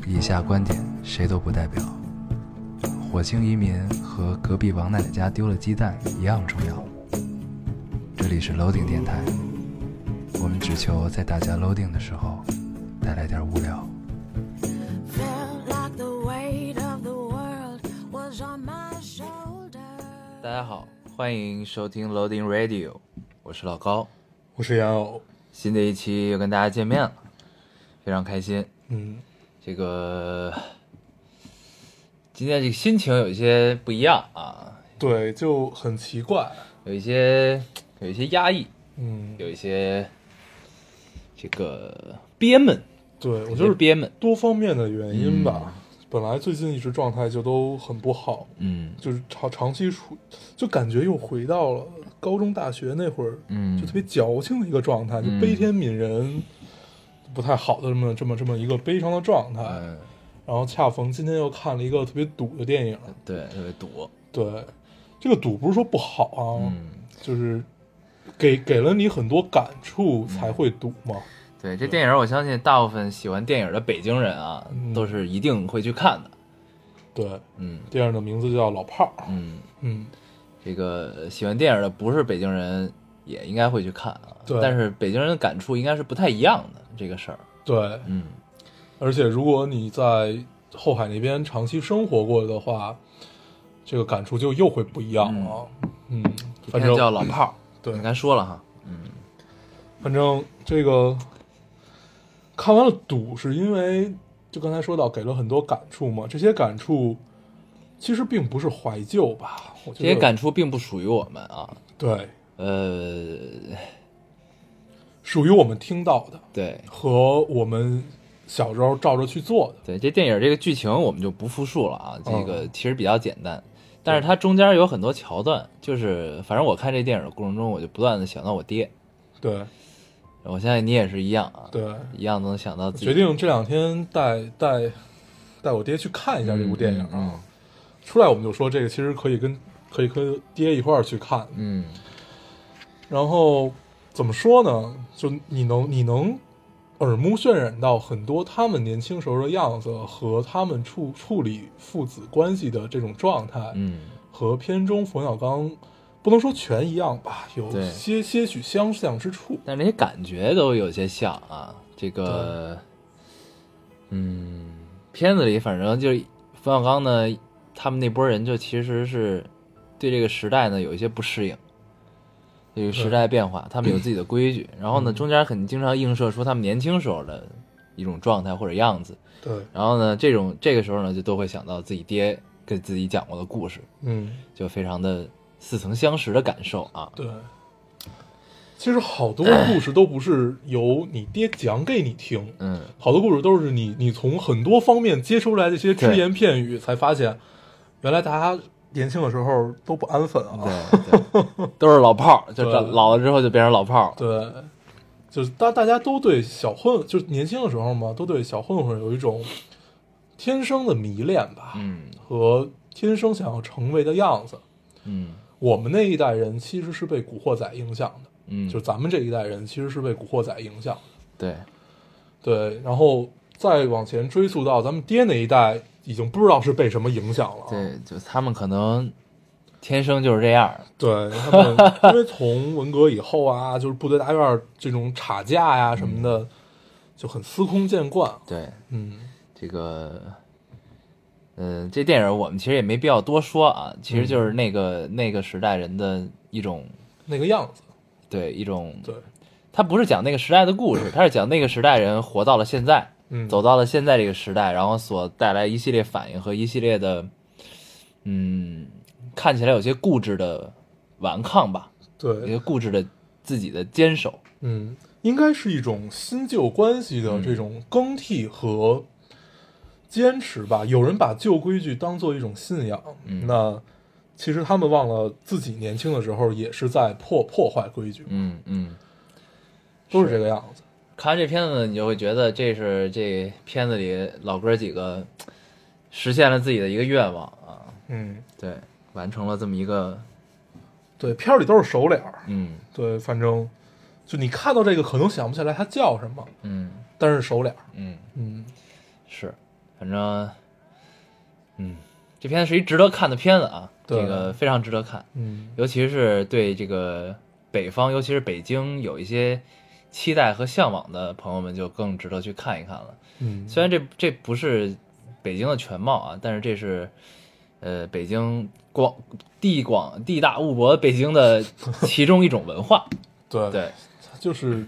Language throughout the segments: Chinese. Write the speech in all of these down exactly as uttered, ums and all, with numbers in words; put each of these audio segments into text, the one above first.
以下观点谁都不代表。火星移民和隔壁王奶奶家丢了鸡蛋一样重要。这里是 Loading 电台，我们只求在大家 Loading 的时候带来点无聊。大家好，欢迎收听 Loading Radio， 我是老高， 我是杨偶。 新的一期又跟大家见面了，非常开心。 嗯， 这个今天这个心情有一些不一样啊， 对，就很奇怪， 有一些有一些压抑， 嗯， 有一些这个憋闷。 对，我觉得憋闷， 多方面的原因吧。嗯、本来最近一直状态就都很不好， 嗯， 就是长长期处，就感觉又回到了高中大学那会儿， 嗯， 就特别矫情的一个状态， 嗯、 就悲天悯人不太好的这么这么这么一个悲伤的状态。 嗯， 然后恰逢今天又看了一个特别赌的电影， 对，特别赌。 对，这个赌不是说不好啊， 嗯， 就是给给了你很多感触才会赌嘛。嗯、 对，这电影我相信大部分喜欢电影的北京人啊， 嗯、 都是一定会去看的。 对， 嗯， 电影的名字叫《老炮儿》。 嗯嗯， 这个喜欢电影的不是北京人也应该会去看啊。 对， 但是北京人的感触应该是不太一样的这个事儿。 对， 嗯， 而且如果你在后海那边长期生活过的话，这个感触就又会不一样了。嗯，嗯反正叫老炮儿， 对， 应该说了哈。嗯， 反正这个看完了赌，是因为就刚才说到给了很多感触嘛，这些感触其实并不是怀旧吧，我觉得这些感触并不属于我们啊。 对， 呃， 属于我们听到的， 对， 和我们小时候照着去做的。 对，这电影这个剧情我们就不复述了啊，这个其实比较简单， 嗯、 但是它中间有很多桥段，就是反正我看这电影的过程中，我就不断的想到我爹。 对， 我相信你也是一样啊， 对， 一样都能想到自己。 决定这两天带带带我爹去看一下这部电影啊， 嗯嗯、 出来我们就说这个其实可以跟可以跟爹一块儿去看， 嗯， 然后怎么说呢？就你能你能耳目渲染到很多他们年轻时候的样子和他们处处理父子关系的这种状态， 嗯， 和片中冯小刚。不能说全一样吧，有些些许相像之处， 但那些感觉都有些像啊。这个，嗯，片子里反正就冯小刚呢，他们那波人就其实是对这个时代呢有一些不适应，这个时代变化，他们有自己的规矩，然后呢，中间很经常映射出他们年轻时候的一种状态或者样子。 对， 然后呢，这种这个时候呢，就都会想到自己爹跟自己讲过的故事， 嗯， 就非常的。似曾相识的感受啊！ 对，其实好多故事都不是由你爹讲给你听， 嗯， 好多故事都是你你从很多方面接出来这些只言片语，才发现原来大家年轻的时候都不安分啊， 对，对都是老炮儿，就老了之后就变成老炮儿。 对，就是大大家都对小混，就是年轻的时候嘛，都对小混混有一种天生的迷恋吧， 嗯， 和天生想要成为的样子， 嗯。 我们那一代人其实是被古惑仔影响的， 嗯， 就咱们这一代人其实是被古惑仔影响的， 对， 对，然后再往前追溯到咱们爹那一代，已经不知道是被什么影响了， 对，就他们可能天生就是这样， 对，他们因为从文革以后啊，就是部队大院这种吵架呀什么的，嗯、就很司空见惯， 对， 嗯， 这个。嗯、呃，这电影我们其实也没必要多说啊，其实就是那个、嗯、那个时代人的一种那个样子， 对，一种对， 他不是讲那个时代的故事，他是讲那个时代人活到了现在， 嗯， 走到了现在这个时代，然后所带来一系列反应和一系列的，嗯，看起来有些固执的顽抗吧， 对， 一个固执的自己的坚守， 嗯，应该是一种新旧关系的这种更替和。坚持吧，有人把旧规矩当做一种信仰， 嗯、 那其实他们忘了自己年轻的时候也是在破破坏规矩， 嗯嗯， 都是这个样子。 看完这片子呢，你就会觉得这是这片子里老哥几个实现了自己的一个愿望啊， 嗯， 对，完成了这么一个， 对，片里都是熟脸， 嗯， 对，反正就你看到这个可能想不起来它叫什么， 嗯， 但是熟脸， 嗯嗯， 是。 反正，嗯，这片子是一值得看的片子啊， 对这个非常值得看， 嗯， 尤其是对这个北方，尤其是北京有一些期待和向往的朋友们，就更值得去看一看了。 嗯， 虽然这这不是北京的全貌啊，但是这是呃北京广地广地大物博北京的其中一种文化。 对对， 就是，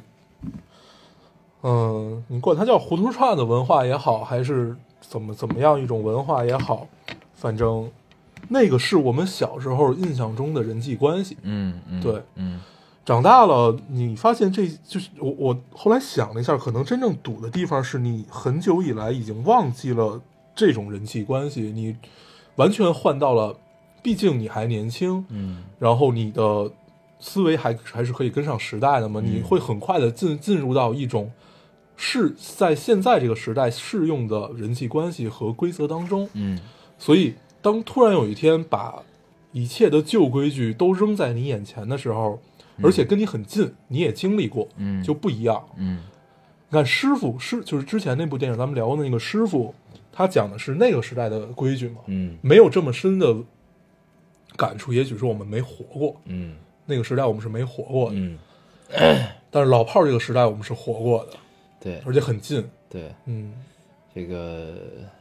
嗯，你管它叫胡同串的文化也好，还是怎么怎么样一种文化也好，反正那个是我们小时候印象中的人际关系。 嗯嗯， 对， 嗯长大了，你发现这就是我我后来想了一下，可能真正堵的地方是你很久以来已经忘记了这种人际关系，你完全换到了，毕竟你还年轻， 嗯然后你的思维还还是可以跟上时代的嘛， 嗯你会很快的进进入到一种是在现在这个时代适用的人际关系和规则当中。 嗯所以当突然有一天把一切的旧规矩都扔在你眼前的时候，而且跟你很近，你也经历过， 嗯就不一样。 嗯你看师傅师就是之前那部电影咱们聊过的那个师傅，他讲的是那个时代的规矩嘛， 嗯没有这么深的感触，也许是我们没活过， 嗯那个时代我们是没活过的， 嗯， 但是老炮儿这个时代我们是活过的， 对而且很近。 对， 嗯， 这个，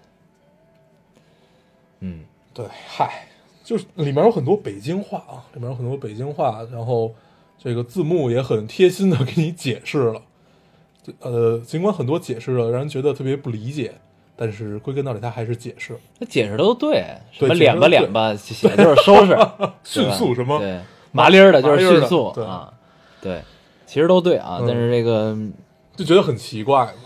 嗯对，嗨，就是里面有很多北京话啊，里面有很多北京话，然后这个字幕也很贴心的给你解释了，呃，尽管很多解释了让人觉得特别不理解，但是归根到底他还是解释， 他解释的都对，什么对脸吧解释得脸吧，写的就是收拾， 迅速什么对，麻利儿的就是麻利儿的迅速对啊，对，其实都对啊， 嗯但是这个， 就觉得很奇怪嘛。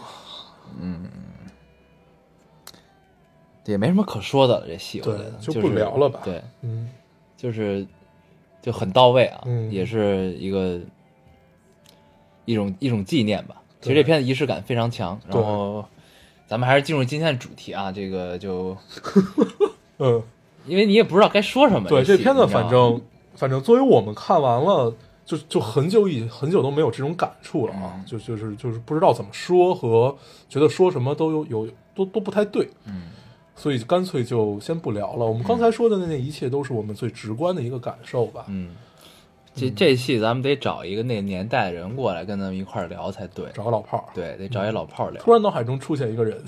也没什么可说的了，这戏我觉对得就是不聊了吧对， 嗯就是就很到位啊， 嗯也是一个一种一种纪念吧。其实对这片子仪式感非常强，然后咱们还是进入今天的主题啊，这个就嗯， 因为你也不知道该说什么。 对， 这这片子戏反正反正作为我们看完了，就就很久以很久都没有这种感触了啊， 嗯就就是就是不知道怎么说和觉得说什么都有有都都不太对， 嗯所以干脆就先不聊了。我们刚才说的那那一切都是我们最直观的一个感受吧。 嗯，这这戏咱们得找一个那个年代的人过来跟咱们一块儿聊才对。 找个老炮儿， 对，得找一老炮儿聊， 突然脑海中出现一个人，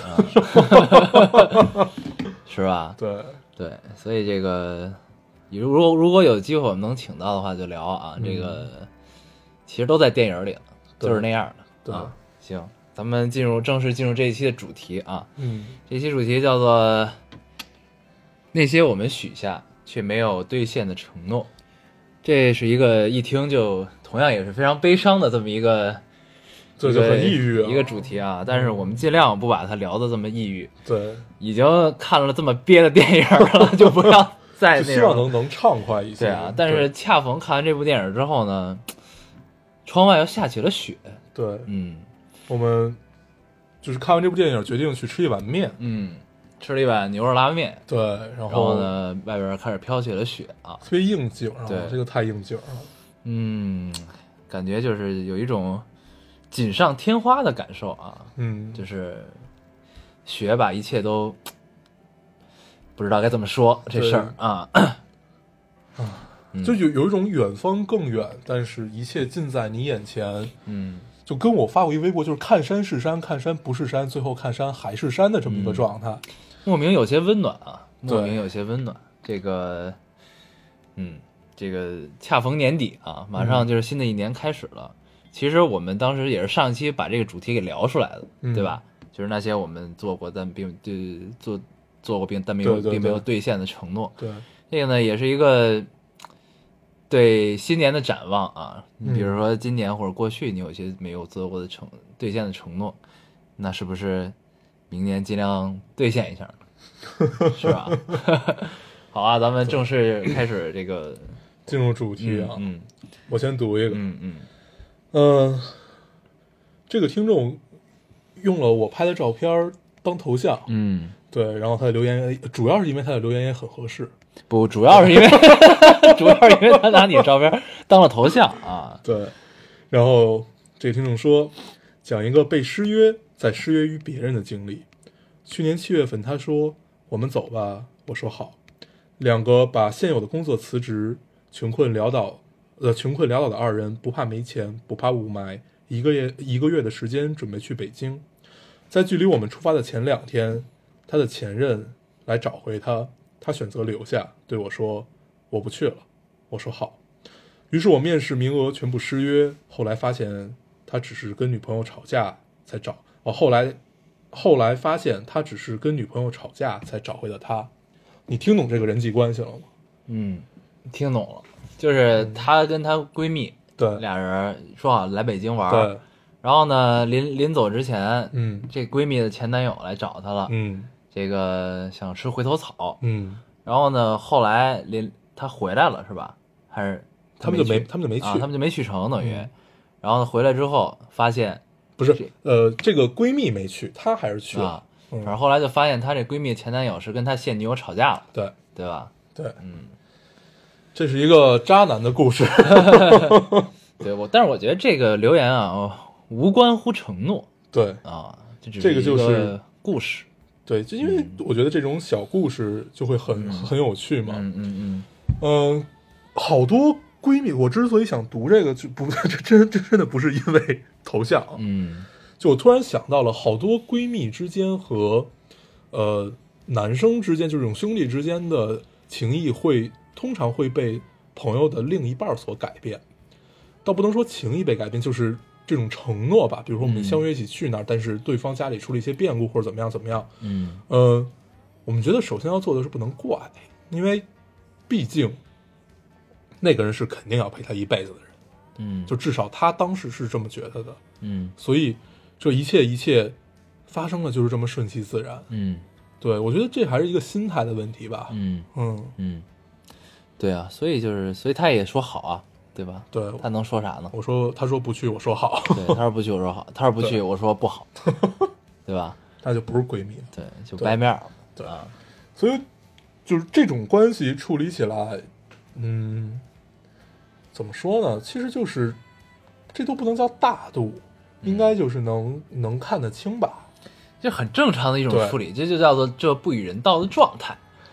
是吧？ 对， 对，所以这个如果如果有机会我们能请到的话就聊啊， 嗯这个其实都在电影里了， 对就是那样的。 对啊，行，咱们进入正式进入这一期的主题啊， 嗯这期主题叫做那些我们许下却没有兑现的承诺。这是一个一听就同样也是非常悲伤的这么一个， 这就很抑郁啊一个主题啊。但是我们尽量不把它聊得这么抑郁。 对， 已经看了这么憋的电影了，就不要再就希那种望能能畅快一些。 对啊。但是恰逢看完这部电影之后呢，窗外又下起了雪。 对， 嗯我们就是看完这部电影，决定去吃一碗面。 嗯，吃了一碗牛肉拉面， 对，然然后后呢，外边开始飘起了雪啊。 特别应景啊， 对这个太应景了。 嗯，感觉就是有一种锦上添花的感受啊， 嗯， 就是雪把一切都不知道该怎么说这事儿啊。嗯就有有一种远方更远，但是一切近在你眼前。 嗯就跟我发过一微博，就是看山是山，看山不是山，最后看山还是山的这么一个状态。 莫名有些温暖啊， 对莫名有些温暖。这个，嗯，这个恰逢年底啊，马上就是新的一年开始了。其实我们当时也是上一期把这个主题给聊出来的， 嗯对吧？就是那些我们做过但并对做做过并但没有对对对并没有兑现的承诺。 对， 这个呢，也是一个对新年的展望啊。 嗯比如说今年或者过去，你有些没有做过的承兑现的承诺，那是不是明年尽量兑现一下呢？是吧？好啊，咱们正式开始这个进入主题啊， 嗯我先读一个。 嗯嗯嗯，这个听众用了我拍的照片当头像， 嗯， 对，然后他的留言主要是因为他的留言也很合适。 不，主要是因为主要是因为他拿你的照片当了头像啊。 对，然后这个听众说，讲一个被失约再失约于别人的经历。 去年七月份，他说我们走吧，我说好。两个把现有的工作辞职，穷困潦倒，呃，穷困潦倒的二人，不怕没钱，不怕雾霾，一个月一个月的时间准备去北京。在距离我们出发的前两天，他的前任来找回他，他选择留下，对我说我不去了。我说好。于是我面试名额全部失约，后来发现他只是跟女朋友吵架才找哦，后来后来发现他只是跟女朋友吵架才找回的他。你听懂这个人际关系了吗？ 嗯，听懂了，就是她跟她闺蜜， 对， 俩人说好来北京玩， 对， 然后呢，临临走之前， 嗯， 这闺蜜的前男友来找她了， 嗯， 这个想吃回头草， 嗯， 然后呢，后来临她回来了是吧？还是他们就没去他们就没去， 啊，他们就没去成等于， 嗯然后呢回来之后发现不是，呃，这个闺蜜没去，她还是去了。 啊， 嗯反正后来就发现她这闺蜜前男友是跟她现女友吵架了， 对对吧？ 对， 嗯， 这是一个渣男的故事。 对我，但是我觉得这个留言啊，哦无关乎承诺对啊，这只这个一就是故事。 对，就因为我觉得这种小故事就会很、 嗯很有趣嘛。 嗯嗯嗯嗯、好多闺蜜，我之所以想读这个，就不这真这真的不是因为头像， 嗯就我突然想到了，好多闺蜜之间和呃男生之间，就这种兄弟之间的情谊会通常会被朋友的另一半所改变，倒不能说情谊被改变，就是这种承诺吧。比如说我们相约一起去那儿，但是对方家里出了一些变故或者怎么样怎么样， 嗯呃，我们觉得首先要做的是不能怪，因为毕竟那个人是肯定要陪他一辈子的人， 嗯， 就至少他当时是这么觉得的， 嗯所以这一切一切发生的就是这么顺其自然。 嗯对，我觉得这还是一个心态的问题吧。 嗯嗯， 嗯，对啊，所以就是，所以他也说好啊，对吧？ 对， 他能说啥呢？ 我说他说不去，我说好， 对，他说不去，我说好；他说不去， 对我说不好，对吧？ 那就不是闺蜜了。 对，就掰面儿。 对啊， 所以就是这种关系处理起来，嗯，怎么说呢？其实就是这都不能叫大度，应该就是能能看得清吧。 这很正常的一种对处理，这就叫做这不与人道的状态。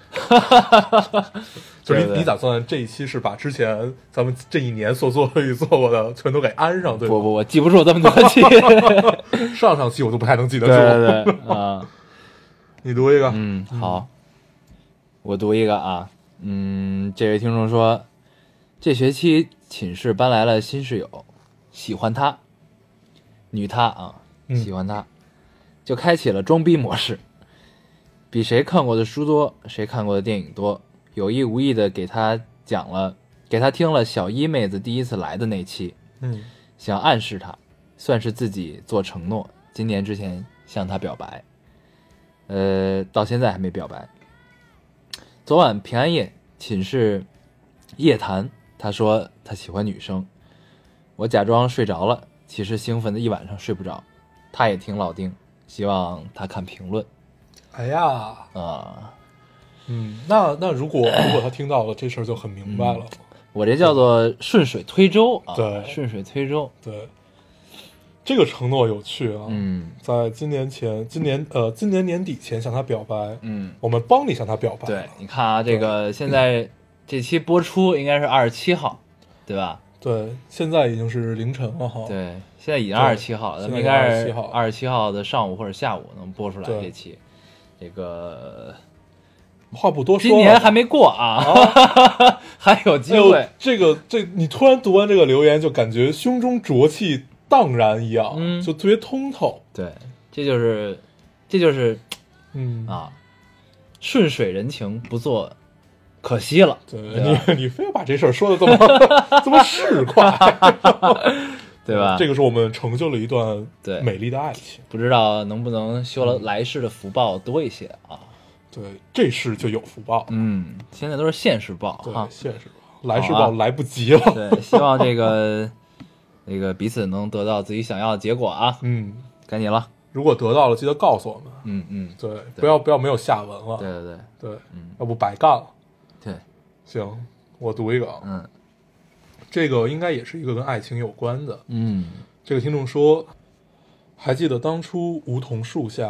就是你对对你打算这一期是把之前咱们这一年所做的做过的全都给安上，对吧？ 不不，我记不住这么多期。 上上期我都不太能记得住。 对对对，啊， 你读一个。 嗯，好，我读一个啊，嗯，这位听众说，这学期寝室搬来了新室友，喜欢他，女他啊， 嗯喜欢他，就开启了装逼模式，比谁看过的书多，谁看过的电影多，有意无意的给他讲了，给他听了小一妹子第一次来的那期， 嗯想暗示他，算是自己做承诺，今年之前向他表白，呃，到现在还没表白。昨晚平安夜，寝室夜谈，他说他喜欢女生，我假装睡着了，其实兴奋的一晚上睡不着，他也挺老丁，希望他看评论哎呀， 啊、 嗯，那那如果如果他听到了这事儿就很明白了。 我这叫做顺水推舟啊， 对顺水推舟， 对，这个承诺有趣啊。 嗯在今年前，今年呃，今年年底前向他表白， 嗯， 我们帮你向他表白。 对，你看啊，这个现在这期播出应该是二十七号，对吧？ 对，现在已经是凌晨了哈。 对，现在已经二十七号了，咱们应该是二十七号的上午或者下午能播出来对这期。这个话不多说了， 今年还没过啊，还有机会。 哎呦这个这，你突然读完这个留言，就感觉胸中浊气荡然一样， 嗯就特别通透。 对，这就是这就是嗯， 啊，顺水人情不做，可惜了。 对对吧你你非要把这事儿说的这么这么市侩， 对吧？ 这个是我们成就了一段对美丽的爱情。 不知道能不能修了来世的福报多一些啊？ 对，这世就有福报。 嗯，现在都是现世报对哈，。 现实报来世报来不及了。 对，希望这个那个彼此能得到自己想要的结果啊！ 嗯， 该你了。 如果得到了，记得告诉我们。 嗯嗯， 对，不要不要没有下文了。 对对对对， 嗯要不白干了。 对， 行，我读一个啊， 嗯这个应该也是一个跟爱情有关的。 嗯这个听众说，还记得当初梧桐树下，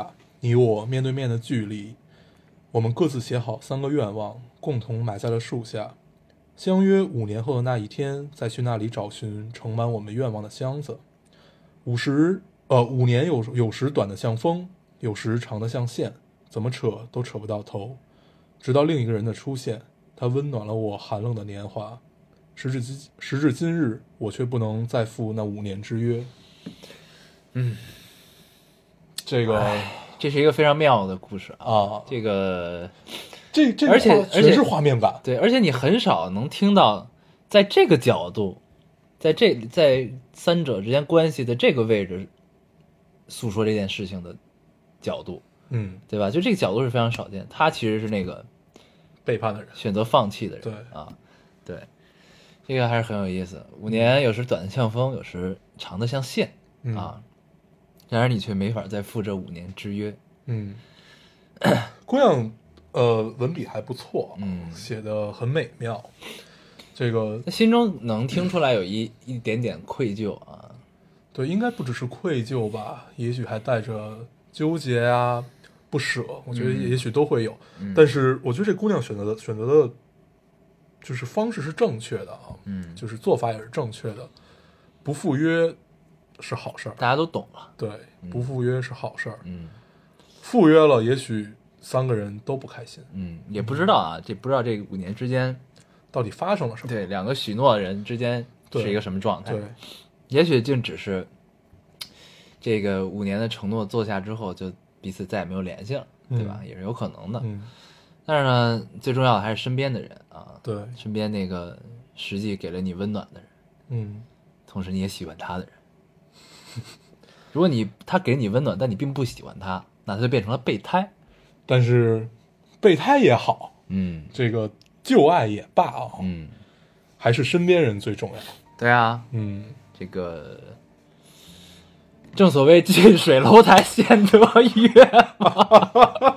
你我面对面的距离，我们各自写好三个愿望，共同埋在了树下，相约五年后的那一天，再去那里找寻盛满我们愿望的箱子。五十呃，五年有有时短得像风，有时长得像线，怎么扯都扯不到头。直到另一个人的出现，他温暖了我寒冷的年华。时至今时至今日，我却不能再赴那五年之约。 嗯， 这个这是一个非常妙的故事啊。 啊， 这个， 这这个而且画而且全是画面感。 对，而且你很少能听到在这个角度，在这在三者之间关系的这个位置诉说这件事情的角度， 嗯， 对吧？就这个角度是非常少见。他其实是那个背叛的人， 选择放弃的人， 对啊，对，这个还是很有意思。五年有时短的像风，有时长的像线、 嗯、 啊，然而你却没法再赴这五年之约。 嗯，姑娘，呃，文笔还不错， 嗯写的很美妙。这个那心中能听出来有一一点点愧疚啊。 对，应该不只是愧疚吧，也许还带着纠结啊、不舍，我觉得也许都会有。 嗯、 但是我觉得这姑娘选择的选择的，就是方式是正确的啊， 嗯， 就是做法也是正确的。不赴约是好事儿， 大家都懂了。 对，不赴约是好事儿。 嗯， 赴约了，也许三个人都不开心。 嗯，也不知道啊，这不知道这五年之间到底发生了什么？ 对，两个许诺人之间是一个什么状态？ 对， 也许竟只是这个五年的承诺做下之后，就彼此再也没有联系了， 嗯、 对吧？也是有可能的。 嗯， 但是呢，最重要的还是身边的人啊， 对， 身边那个实际给了你温暖的人， 嗯， 同时你也喜欢他的人。如果你他给你温暖，但你并不喜欢他，那他就变成了备胎。 但是备胎也好， 嗯， 这个旧爱也罢啊， 嗯， 还是身边人最重要。 对啊， 嗯， 这个正所谓近水楼台先得月嘛。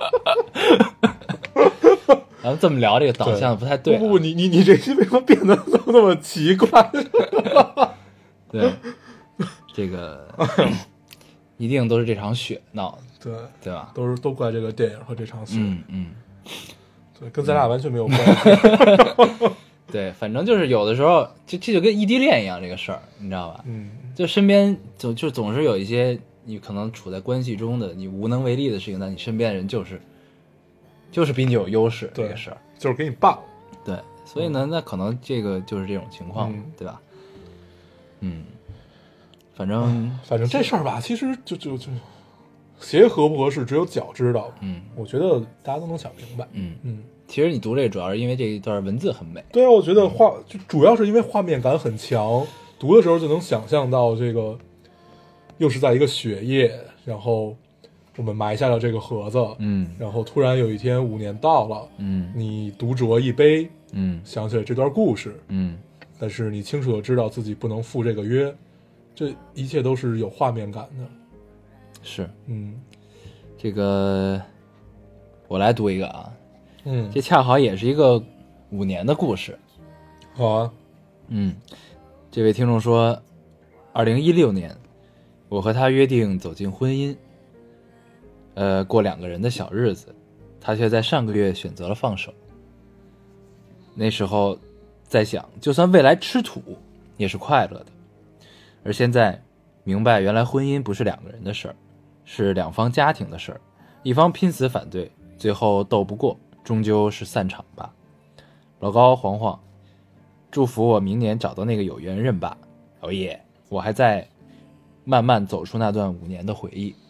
咱们这么聊这个导向不太对、啊。 不不不，你你你这期为什么变得这么那么奇怪？ 对，这个一定都是这场雪闹的， 对对吧？ 都是都怪这个电影和这场雪。 嗯嗯， 对，跟咱俩完全没有关系。 对，反正就是有的时候，这这就跟异地恋一样，这个事儿，你知道吧？ 嗯， 就身边总就总是有一些你可能处在关系中的你无能为力的事情，但你身边的人就是就是比你有优势，这个事儿就是给你办了。 对，所以呢，那可能这个就是这种情况， 嗯、 对吧？嗯，反正反正这事儿吧，其实就就就谁合不合适，只有脚知道。 嗯， 我觉得大家都能想明白。 嗯嗯， 其实你读这个主要是因为这一段文字很美。 对啊，我觉得画就主要是因为画面感很强，读的时候就能想象到这个又是在一个雪夜，然后我们埋下了这个盒子， 嗯， 然后突然有一天五年到了， 嗯， 你独酌一杯， 嗯， 想起了这段故事， 嗯， 但是你清楚的知道自己不能赴这个约，这一切都是有画面感的。 是， 嗯， 这个我来读一个啊， 嗯， 这恰好也是一个五年的故事。 好啊， 嗯，这位听众说，二零一六年，我和他约定走进婚姻，呃，过两个人的小日子，他却在上个月选择了放手。那时候在想，就算未来吃土，也是快乐的。而现在明白，原来婚姻不是两个人的事儿，是两方家庭的事儿，一方拼死反对，最后斗不过，终究是散场吧。老高、黄黄，祝福我明年找到那个有缘人吧。哦耶，我还在慢慢走出那段五年的回忆。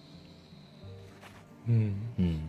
嗯嗯，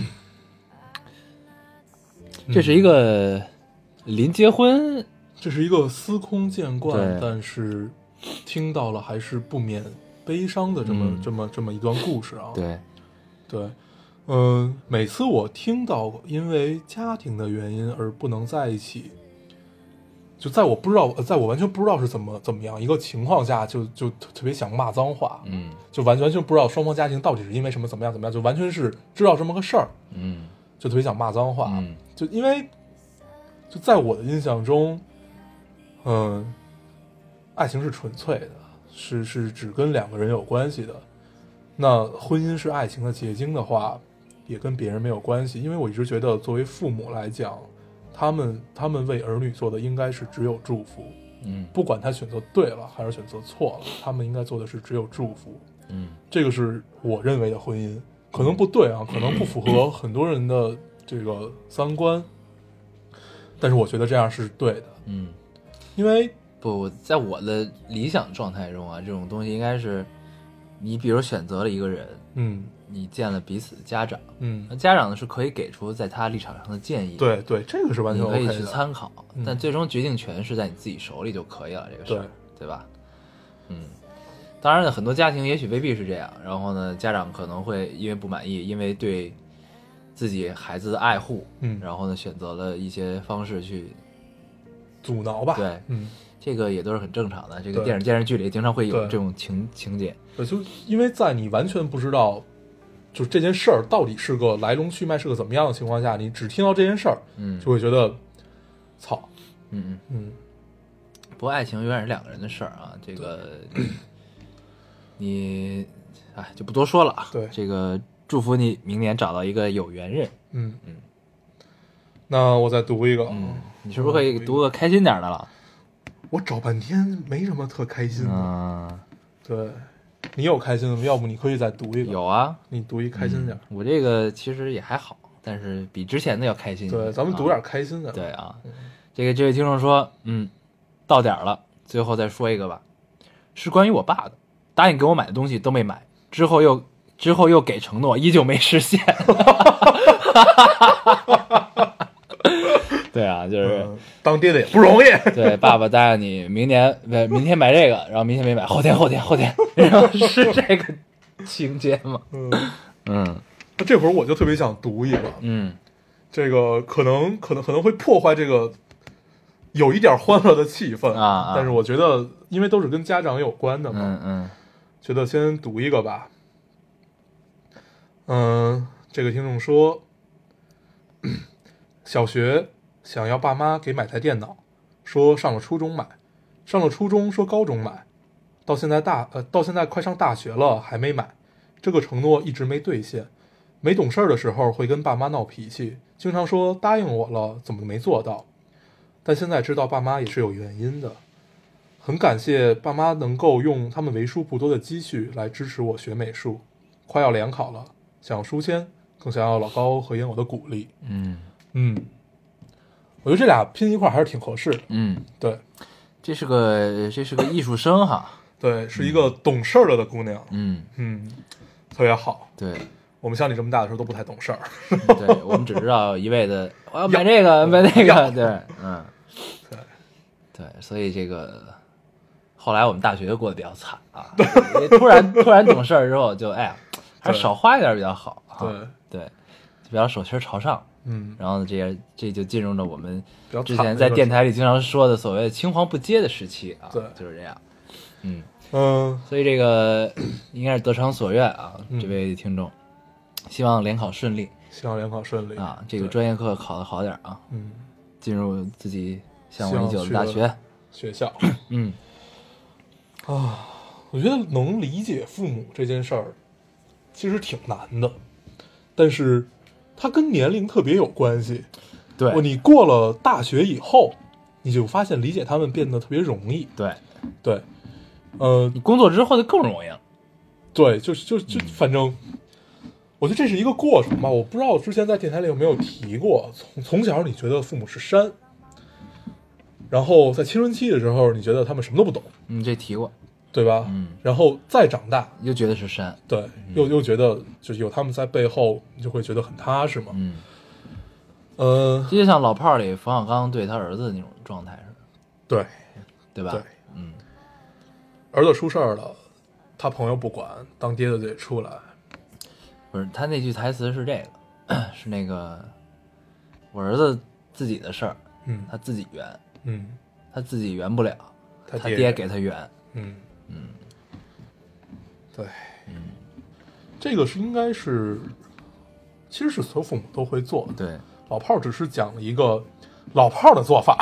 这是一个临结婚， 这是一个司空见惯， 对但是听到了还是不免悲伤的这么、 嗯这么这么一段故事啊。 对， 对，嗯，每次我听到因为家庭的原因而不能在一起，就在我不知道，在我完全不知道是怎么怎么样一个情况下，就就特别想骂脏话， 嗯就完完全不知道双方家庭到底是因为什么怎么样怎么样，就完全是知道这么个事儿， 嗯就特别想骂脏话， 嗯就因为就在我的印象中，嗯，爱情是纯粹的，是是只跟两个人有关系的。那婚姻是爱情的结晶的话， 也跟别人没有关系，因为我一直觉得作为父母来讲，他们他们为儿女做的应该是只有祝福， 嗯， 不管他选择对了还是选择错了，他们应该做的是只有祝福。 嗯， 这个是我认为的婚姻，可能不对啊，可能不符合很多人的这个三观，但是我觉得这样是对的。 嗯， 因为不，在我的理想状态中啊，这种东西应该是，你比如选择了一个人， 嗯你见了彼此的家长， 嗯那家长呢是可以给出在他立场上的建议， 对对，这个是完全你可 OK 以的， 去参考， 嗯但最终决定权是在你自己手里就可以了，这个事儿， 对对吧？嗯，当然了，很多家庭也许未必是这样，然后呢，家长可能会因为不满意，因为对自己孩子的爱护， 嗯然后呢，选择了一些方式去， 阻挠吧， 对， 嗯。 这个也都是很正常的。这个对电视电视剧里经常会有对这种情情节。 对，就因为在你完全不知道，就这件事儿到底是个来龙去脉是个怎么样的情况下，你只听到这件事儿， 嗯， 就会觉得，操， 嗯嗯。 嗯， 不过爱情永远是两个人的事儿啊，这个你哎就不多说了啊。 对这个祝福你明年找到一个有缘人。 嗯嗯。 那我再读一个， 嗯，你是不是可以读个开心点的了？ 我找半天没什么特开心的。 嗯， 对，你有开心的吗？要不你可以再读一个。 有啊， 你读一开心点、 嗯。我这个其实也还好，但是比之前的要开心一点。 对，咱们读点开心的。 啊对啊，这个这位听众说，嗯，到点了，最后再说一个吧，是关于我爸的，答应给我买的东西都没买，之后又之后又给承诺，依旧没实现。对啊，就是、 嗯、当爹的也不容易。 对，爸爸答应你明年不明天买这个，然后明天没买，后天后天后天，然后是这个情节吗？ 嗯嗯， 那这会儿我就特别想读一个， 嗯， 这个可能可能可能会破坏这个有一点欢乐的气氛啊啊， 但是我觉得因为都是跟家长有关的嘛， 嗯嗯， 觉得先读一个吧。嗯，这个听众说，小学想要爸妈给买台电脑，说上了初中买，上了初中说高中买，到现在大呃到现在快上大学了还没买，这个承诺一直没兑现。没懂事儿的时候会跟爸妈闹脾气，经常说答应我了怎么没做到，但现在知道爸妈也是有原因的。很感谢爸妈能够用他们为数不多的积蓄来支持我学美术，快要联考了，想要书签，更想要老高和烟偶的鼓励。 嗯嗯，我觉得这俩拼一块还是挺合适的。 嗯， 对， 这是个这是个艺术生哈， 对，是一个懂事儿了的姑娘。 嗯嗯，特别好。 对， 我们像你这么大的时候都不太懂事儿。 对，我们只知道一味的我要买这个买那个，对，嗯， 对对，所以这个后来我们大学过得比较惨啊，突然突然懂事儿之后就哎呀，还是少花一点比较好啊。 对对，就比较手心朝上。 嗯， 然后这这就进入了我们比较之前在电台里经常说的所谓青黄不接的时期啊， 对， 就是这样。嗯嗯， 所以这个应该是得偿所愿啊， 嗯、 这位听众，希望联考顺利， 希望联考顺利啊，这个专业课考得好点啊， 嗯， 进入自己向往已久的大学学校。 嗯， 啊，我觉得能理解父母这件事儿其实挺难的，但是它跟年龄特别有关系。 对， 你过了大学以后，你就发现理解他们变得特别容易。 对， 对，呃， 你工作之后就更容易了。 对，就就就反正，我觉得这是一个过程吧。我不知道我之前在电台里有没有提过，从从小你觉得父母是山，然后在青春期的时候，你觉得他们什么都不懂。 嗯，这提过， 对吧？ 嗯， 然后再长大， 又觉得是山， 对，又又觉得就是有他们在背后，你就会觉得很踏实嘛。 嗯， 呃， 这就像老炮儿里冯小刚对他儿子的那种状态似的， 对， 对吧？ 对， 嗯， 儿子出事儿了，他朋友不管，当爹的就得出来。 不是，他那句台词是这个，是那个我儿子自己的事儿， 嗯， 他自己圆， 嗯， 他自己圆不了， 他爹, 爹给他圆， 嗯嗯， 对， 嗯， 这个是应该是，其实是所有父母都会做的。 对， 老炮儿只是讲了一个老炮儿的做法。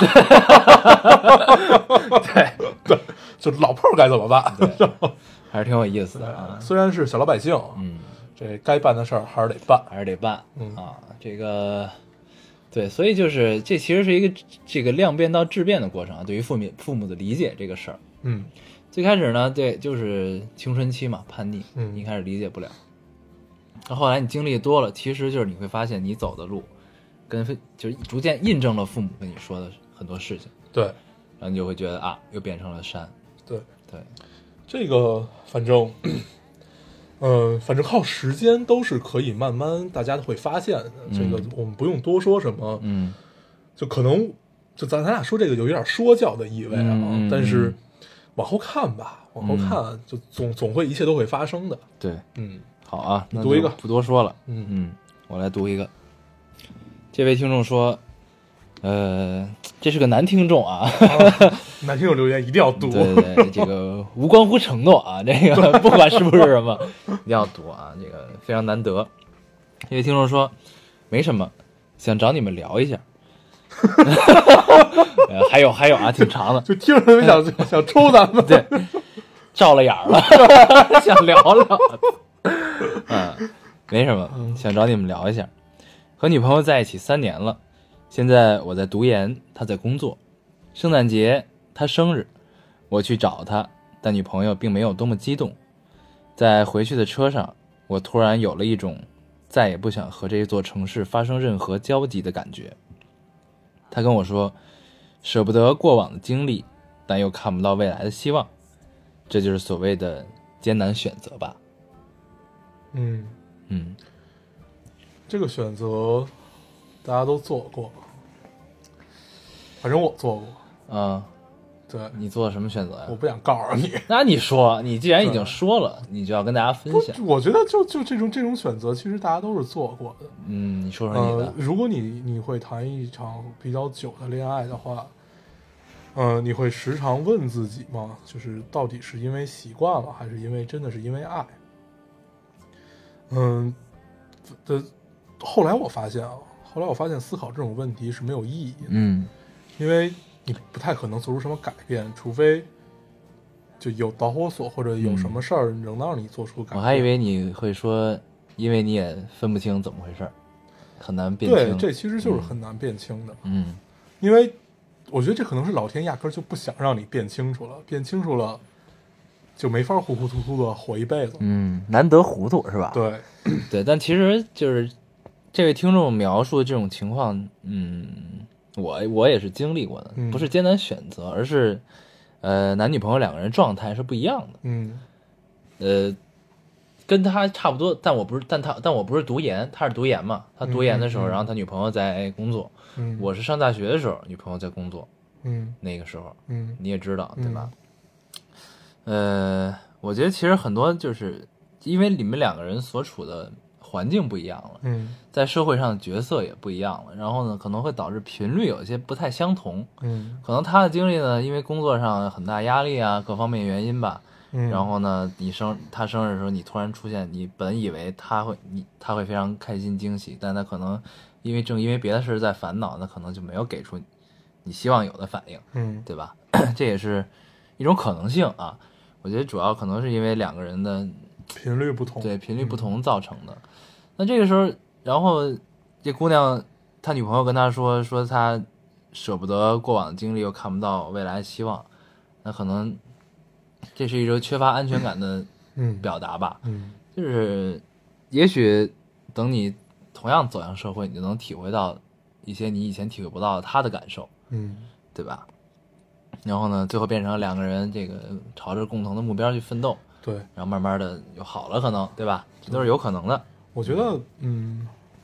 对对，就老炮儿该怎么办？ 对，还是挺有意思的啊。 虽然是小老百姓， 嗯， 这该办的事儿还是得办， 还是得办、 嗯、 啊。这个对，所以就是这其实是一个这个量变到质变的过程啊。对于父母父母的理解这个事儿， 嗯， 最开始呢，对，就是青春期嘛，叛逆， 嗯， 你一开始理解不了。那后来你经历多了，其实就是你会发现你走的路，跟就是逐渐印证了父母跟你说的很多事情。 对， 然后你就会觉得啊，又变成了山。 对对， 这个反正。呃，反正靠时间都是可以慢慢大家都会发现的，嗯、这个我们不用多说什么， 嗯， 就可能就咱咱俩说这个有一点说教的意味啊， 嗯嗯、 但是往后看吧，往后看、嗯、就总总会一切都会发生的。 对， 嗯， 好啊， 你读一个， 不多说了， 嗯嗯，我来读一个。这位听众说，呃，这是个男听众啊， 啊男听众留言一定要读， 对对对，这个无关乎承诺啊，这个不管是不是什么，一定要读啊，这个非常难得。这位听众说，没什么，想找你们聊一下。呃、还有还有啊，挺长的， 就听着人想想抽咱们， 对，照了眼了，想聊聊。嗯，没什么，想找你们聊一下。和女朋友在一起三年了，现在我在读研，她在工作。圣诞节她生日，我去找她，但女朋友并没有多么激动。在回去的车上，我突然有了一种再也不想和这座城市发生任何交集的感觉。她跟我说，舍不得过往的经历，但又看不到未来的希望，这就是所谓的艰难选择吧。 嗯嗯， 这个选择大家都做过，反正我做过。 啊、嗯， 对， 你做了什么选择呀？ 我不想告诉你。 那你说，你既然已经说了，你就要跟大家分享。 我觉得就就这种这种选择，其实大家都是做过的。 嗯，你说说你的。 呃、如果你你会谈一场比较久的恋爱的话，呃，你会时常问自己吗？就是到底是因为习惯了，还是因为真的是因为爱？嗯，的。后来我发现啊，后来我发现思考这种问题是没有意义的。 嗯， 因为你不太可能做出什么改变，除非就有导火索或者有什么事儿能让你做出改变。 我还以为你会说，因为你也分不清怎么回事，很难辨清。 对，这其实就是很难辨清的。 嗯， 因为我觉得这可能是老天压根就不想让你辨清楚了，辨清楚了就没法糊糊涂涂的活一辈子。 嗯，难得糊涂是吧？ 对， 对，但其实就是这位听众描述的这种情况，嗯，我我也是经历过的， 嗯、 不是艰难选择，而是呃男女朋友两个人状态是不一样的。 嗯， 呃，跟他差不多，但我不是，但他但我不是读研，他是读研嘛，他读研的时候， 嗯嗯、 然后他女朋友在工作， 嗯， 我是上大学的时候，女朋友在工作， 嗯， 那个时候， 嗯， 你也知道对吧？嗯、呃，我觉得其实很多就是因为你们两个人所处的环境不一样了， 嗯， 在社会上的角色也不一样了，然后呢，可能会导致频率有些不太相同， 嗯， 可能他的经历呢，因为工作上很大压力啊，各方面原因吧。 嗯， 然后呢，你生他生日的时候，你突然出现，你本以为他会你他会非常开心惊喜，但他可能因为正因为别的事在烦恼，那可能就没有给出你希望有的反应， 嗯， 对吧？这也是一种可能性啊。我觉得主要可能是因为两个人的频率不同， 对频率不同造成的。嗯、那这个时候，然后这姑娘他女朋友跟他说说他舍不得过往的经历，又看不到未来的希望，那可能。这是一种缺乏安全感的表达吧， 嗯，嗯就是也许等你同样走向社会，你就能体会到一些你以前体会不到的他的感受， 嗯， 对吧？然后呢，最后变成两个人这个朝着共同的目标去奋斗， 对， 然后慢慢的就好了，可能对吧？这都是有可能的。 我觉得，嗯，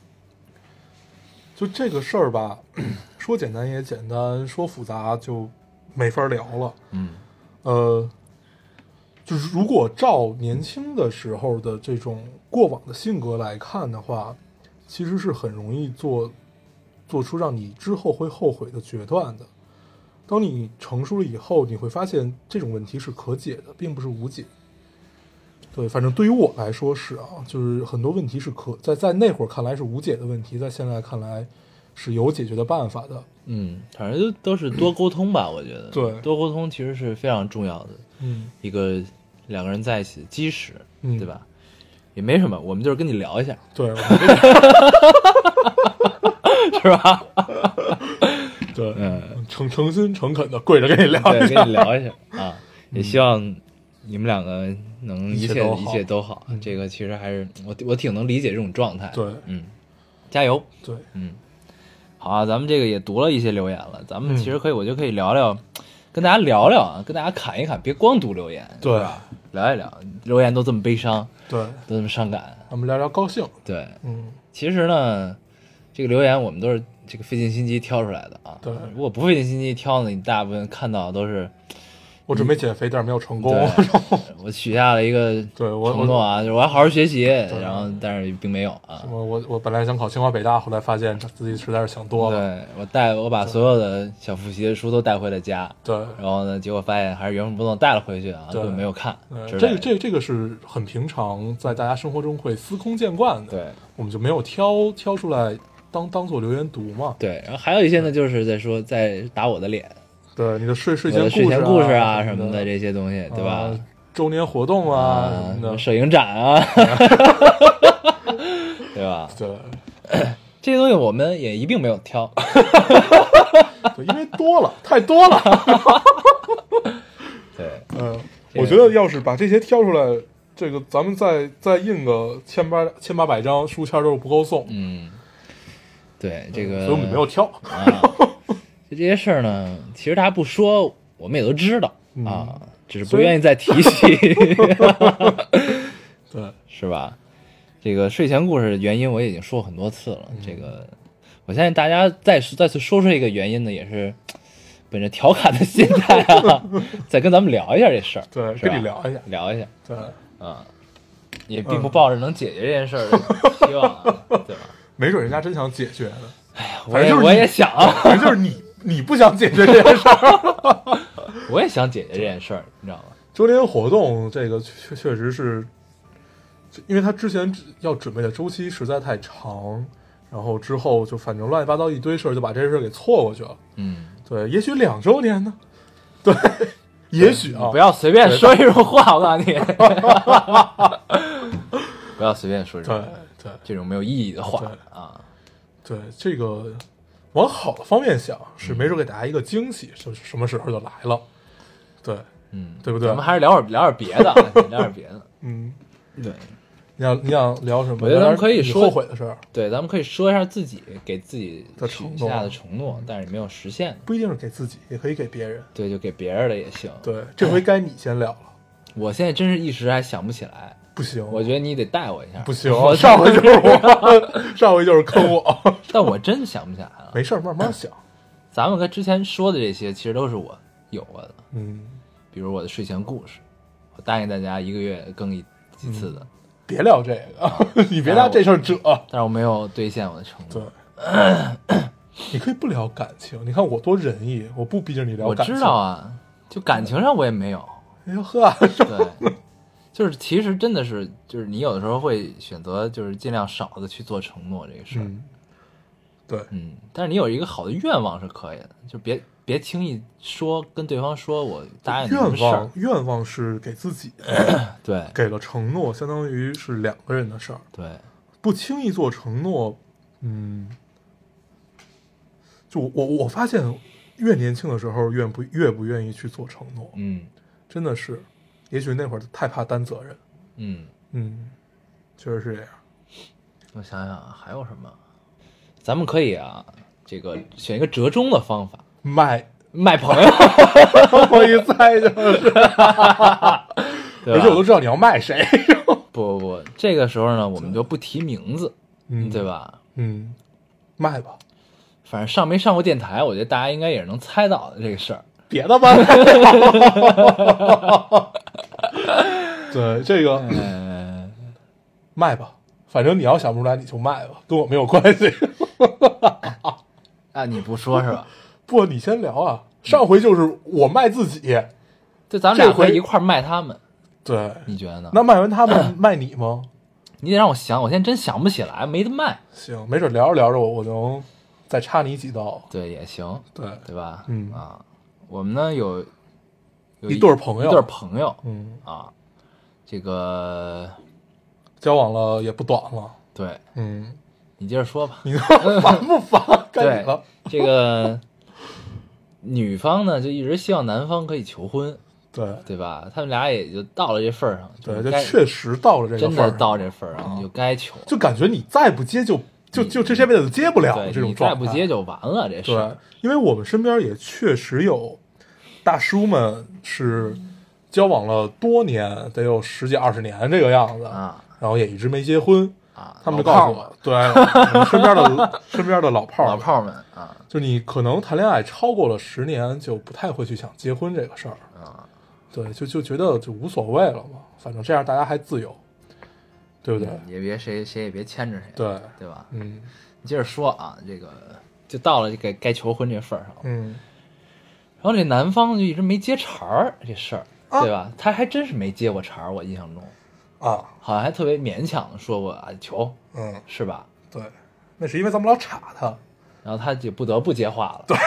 就这个事儿吧，说简单也简单，说复杂就没法聊了， 嗯， 呃。就是如果照年轻的时候的这种过往的性格来看的话，其实是很容易做做出让你之后会后悔的决断的。当你成熟了以后，你会发现这种问题是可解的，并不是无解。对，反正对于我来说是啊，就是很多问题是可在在那会儿看来是无解的问题，在现在看来是有解决的办法的。 嗯，反正都都是多沟通吧，我觉得。 对， 多沟通其实是非常重要的。 嗯， 一个两个人在一起的基石， 嗯， 对吧？ 也没什么，我们就是跟你聊一下， 对，我们这个是吧？ 对， 嗯， 诚诚心诚恳的跪着跟你聊对， 一下， 跟你聊一下啊，也希望你们两个能一切一切都好一切都好。 嗯这个其实还是我我挺能理解这种状态。 对， 嗯，加油。 对， 嗯，好啊，咱们这个也读了一些留言了，咱们嗯其实可以，我就可以聊聊，跟大家聊聊啊，跟大家侃一侃，别光读留言， 对是吧？聊一聊，留言都这么悲伤， 对， 都这么伤感， 咱们聊聊高兴， 对， 嗯， 其实呢，这个留言我们都是这个费尽心机挑出来的啊。 对如果不费尽心机挑呢，你大部分看到的都是我准备减肥，但是没有成功， 对我许下了一个对我承诺啊，就是我要好好学习，然后但是并没有啊。 我我我本来想考清华北大，后来发现自己实在是想多了， 对我带我把所有的小复习的书都带回了家， 对， 然后呢，结果发现还是原封不动带了回去啊， 对根本没有看。 呃之类的这个这个这个是很平常，在大家生活中会司空见惯的， 对我们就没有挑挑出来当当做留言读嘛， 对，然后还有一些呢，就是在说在打我的脸， 对，你的睡睡我的前故事睡前故事啊什么的的这些东西，对吧？ 啊周年活动啊啊什么的， 摄影展啊，对吧？ 对这些东西我们也一并没有挑， 对，因为多了，太多了。 对， 嗯， 这个我觉得要是把这些挑出来，这个咱们再再印个千八千八百张书签都不够送， 嗯，对这个， 所以我们没有挑。 啊。就这些事儿呢，其实大家不说，我们也都知道、 嗯啊，只是不愿意再提起， 对， 是吧？这个睡前故事的原因我已经说过很多次了， 嗯这个我相信大家再再次说出这个原因呢，也是本着调侃的心态啊，再跟咱们聊一下这事儿， 对， 是吧跟你聊一下， 聊一下， 对， 啊，也并不抱着能解决这件事儿的希望、啊，对吧？ 没准人家真想解决呢。 我也反正就是你我也想， 反正就是你你不想解决这件事儿。 我也想解决这件事儿，你知道吗？ 周年活动这个确确实是，因为他之前要准备的周期实在太长，然后之后就反正乱七八糟一堆事儿，就把这事儿给错过去了。 嗯， 对，也许两周年呢？对，也许啊， 不要随便说这种话，我告诉你，不要随便说这对种对这种没有意义的话对啊。 对，这个往好的方面想，是没准给大家一个惊喜，就是什么时候就来了。对， 嗯， 对不对咱们还是聊会儿聊点别的，聊点别的。 嗯， 对你想你想聊什么？ 我觉得咱们可以你说后悔的事儿， 对，咱们可以说一下自己给自己的承诺许下的承诺，但是没有实现的。 不一定是给自己，也可以给别人。 对，就给别人的也行。 对，这回该你先聊了。 我现在真是一时还想不起来， 不行， 我觉得你得带我一下。 不行我， 上回就是我，上回就是坑我。 但我真想不起来了。 没事儿，慢慢想。 咱们跟之前说的这些，其实都是我有过的， 嗯， 比如我的睡前故事，我答应大家一个月更一几次的， 别聊这个，你别拿这事儿扯。 但是我没有兑现我的承对诺。， 你可以不聊感情。你看我多仁义，我不逼着你聊我感情。 知道啊，就感情上我也没有。 哎呦呵， 对，就是其实真的是，就是你有的时候会选择，就是尽量少的去做承诺这个事儿。 嗯，对， 嗯，但是你有一个好的愿望是可以的，就别别轻易说跟对方说我答应你什么愿事儿望。愿望是给自己的， 对给了承诺，相当于是两个人的事儿。 对， 不轻易做承诺，嗯，就我我发现，越年轻的时候，越不越不愿意去做承诺， 嗯真的是，也许那会儿太怕担责任， 嗯， 嗯，确实是这样。 我想想啊，还有什么？咱们可以啊，这个选一个折中的方法， 卖， 卖朋友， 我一猜就是， 对吧而且我都知道你要卖谁， 不不不，这个时候呢，我们就不提名字， 嗯， 对？吧？ 嗯，卖吧， 反正上没上过电台，我觉得大家应该也是能猜到的这个事儿。 别的吧。对，这个嗯， 卖吧，反正你要想不出来你就卖吧，跟我没有关系。 啊，你不说是吧？ 不，你先聊啊。上回就是我卖自己， 就咱们俩这回可以一块儿卖他们， 对， 你觉得呢？ 那卖完他们卖你吗？ 你得让我想，我现在真想不起来，没得卖。 行，没准聊着聊着我我能再插你几刀。 对，也行， 对， 对吧？ 嗯啊，我们呢有有一对儿朋友一对儿朋友嗯啊，这个交往了也不短了。 对， 嗯， 你接着说吧。 你烦不烦？该你了。 这个女方呢，就一直希望男方可以求婚， 对对吧？他们俩也就到了这份儿上， 对， 就该就确实到了这个真份儿上的到这份儿上， 啊你就该求， 就感觉你再不接就就就这些辈子接不了对， 这种你状态。 再不接就完了，这事对儿。， 因为我们身边也确实有大叔们是交往了多年，得有十几二十年这个样子啊， 然后也一直没结婚啊， 他们就告诉我，对，我们身边的身边的老炮儿老炮儿们啊， 就你可能谈恋爱超过了十年，就不太会去想结婚这个事儿啊， 对，就就觉得就无所谓了嘛，反正这样大家还自由，对不对？ 也别谁谁也别牵着谁， 对对吧？ 嗯你接着说啊，这个就到了这个该求婚这份儿上， 嗯， 然后这男方就一直没接茬儿这事儿， 啊对吧？他还真是没接过茬儿，我印象中啊， 好像还特别勉强的说过啊求， 嗯， 是吧？ 对，那是因为咱们老插他， 然后他就不得不接话了，对，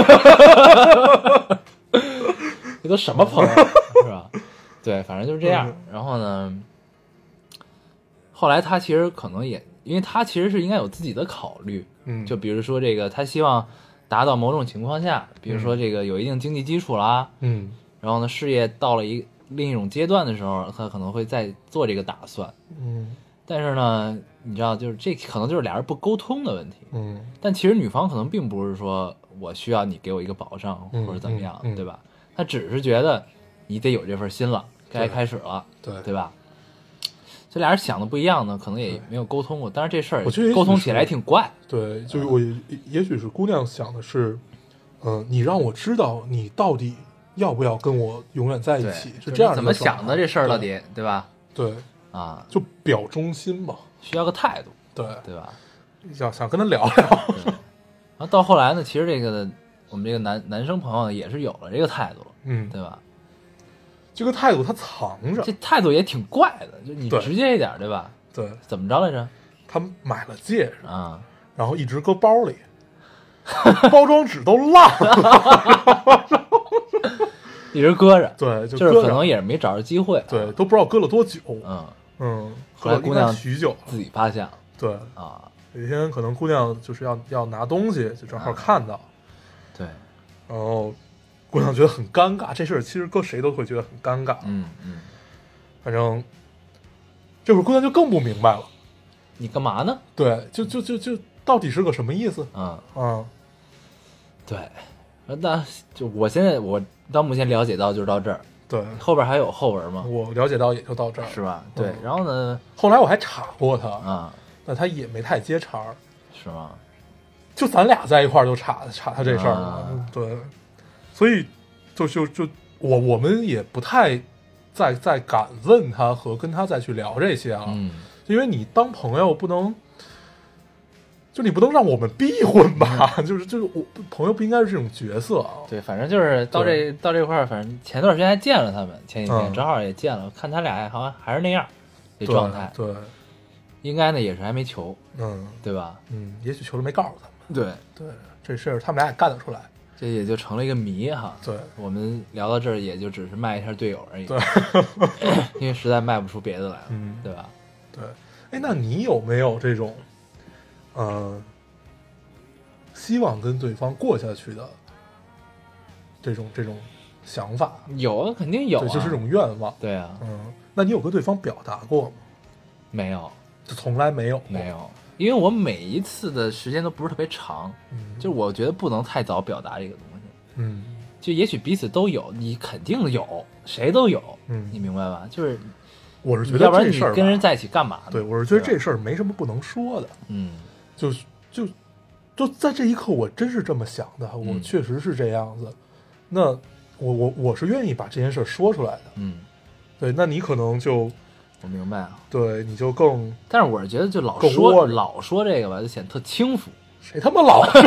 这都什么朋友是吧？对，反正就是这样。然后呢，后来他其实可能也，因为他其实是应该有自己的考虑， 嗯， 就比如说这个，他希望达到某种情况下，比如说这个有一定经济基础啦， 嗯然后呢，事业到了一另一种阶段的时候，他可能会再做这个打算。 嗯但是呢，你知道，就是这可能就是俩人不沟通的问题。 嗯但其实女方可能并不是说我需要你给我一个保障嗯或者怎么样， 嗯嗯对吧？她只是觉得你得有这份心了，该开始了， 对对吧？这俩人想的不一样呢，可能也没有沟通过。但是这事儿我觉得也许沟通起来挺怪。 对，就是我也也许是姑娘想的是，嗯、你让我知道你到底要不要跟我永远在一对， 起， 就是这样怎么想的这事儿到对底，对吧？ 对， 啊， 就表忠心嘛， 需要个态度， 对， 对吧？ 想想跟他聊聊， 对然后到后来呢，其实这个我们这个男男生朋友呢也是有了这个态度了， 嗯， 对吧？ 这个态度他藏着这，态度也挺怪的，就你对直接一点，对吧？ 对， 怎么着来着？ 他买了戒指， 啊， 然后一直搁包里，包装纸都烂了， 一直搁着， 对，就就是搁着可能也是没找着机会， 对，都不知道搁了多久， 嗯， 嗯，搁了后来姑娘应该许久了， 自己发现了对， 啊， 有一天可能姑娘就是要要拿东西，就正好看到， 对， 然后姑娘觉得很尴尬，这事儿其实搁谁都会觉得很尴尬， 嗯嗯， 反正这会儿姑娘就更不明白了， 你干嘛呢？ 对，就就就就到底是个什么意思？ 嗯， 啊， 对，那就我现在我到目前了解到就是到这儿， 对， 后边还有后文吗？ 我了解到也就到这儿， 是吧？对嗯， 然后呢？ 后来我还查过他， 啊， 但他也没太接茬儿， 是吗？ 就咱俩在一块儿就查查他这事儿了， 啊对，所以就就就我我们也不太再再敢问他和跟他再去聊这些啊， 嗯， 因为你当朋友不能，就你不能让我们逼婚吧，就是就是我朋友不应该是这种角色啊， 对，反正就是到这到这块儿，反正前段时间还见了他们，前几天嗯正好也见了，看他俩好像还是那样，这对状态， 对， 应该呢也是还没求， 嗯对吧？ 嗯，也许求了没告诉他们， 对， 对，这事儿他们俩也干得出来， 这也就成了一个谜哈。 对我们聊到这儿，也就只是卖一下队友而已， 对， 因为实在卖不出别的来了， 嗯对吧？ 对，哎，那你有没有这种，呃，希望跟对方过下去的这种这种想法？ 有啊，肯定有啊， 对，就是这种愿望。 对啊， 嗯，那你有跟对方表达过吗？ 没有就从来没有过， 没有，因为我每一次的时间都不是特别长， 嗯， 就是我觉得不能太早表达这个东西。 嗯就也许彼此都有，你肯定有，谁都有， 嗯你明白吧？就是我是觉要不然你得这事儿吧跟人在一起干嘛呢？ 对，我是觉得对吧这事儿没什么不能说的， 嗯就是就就在这一刻，我真是这么想的，我嗯确实是这样子。那我我我是愿意把这件事儿说出来的。 嗯， 对，那你可能就我明白啊。 对你就更但是我是觉得就老够说窝着老说这个吧，就显得特轻浮， 谁他妈老说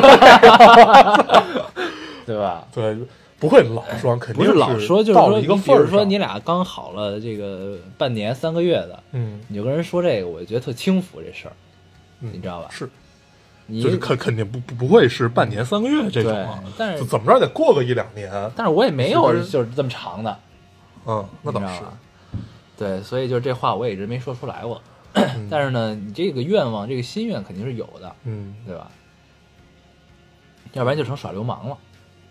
对吧？ 对，不会老说，肯定不是老说，就是说， 到了一个你比份儿上如说你俩刚好了这个半年三个月的， 嗯你就跟人说这个，我就觉得特轻浮这事儿， 嗯， 你知道吧？ 是， 你就是肯肯定不不不会是半年三个月这种对啊，， 但是就怎么着也得过个一两年。 但是我也没有是不是就是这么长的， 嗯，那倒是你知道吧。对，所以就是这话我也一直没说出来过。 但是呢，你这个愿望，这个心愿肯定是有的， 嗯， 对吧？要不然就成耍流氓了，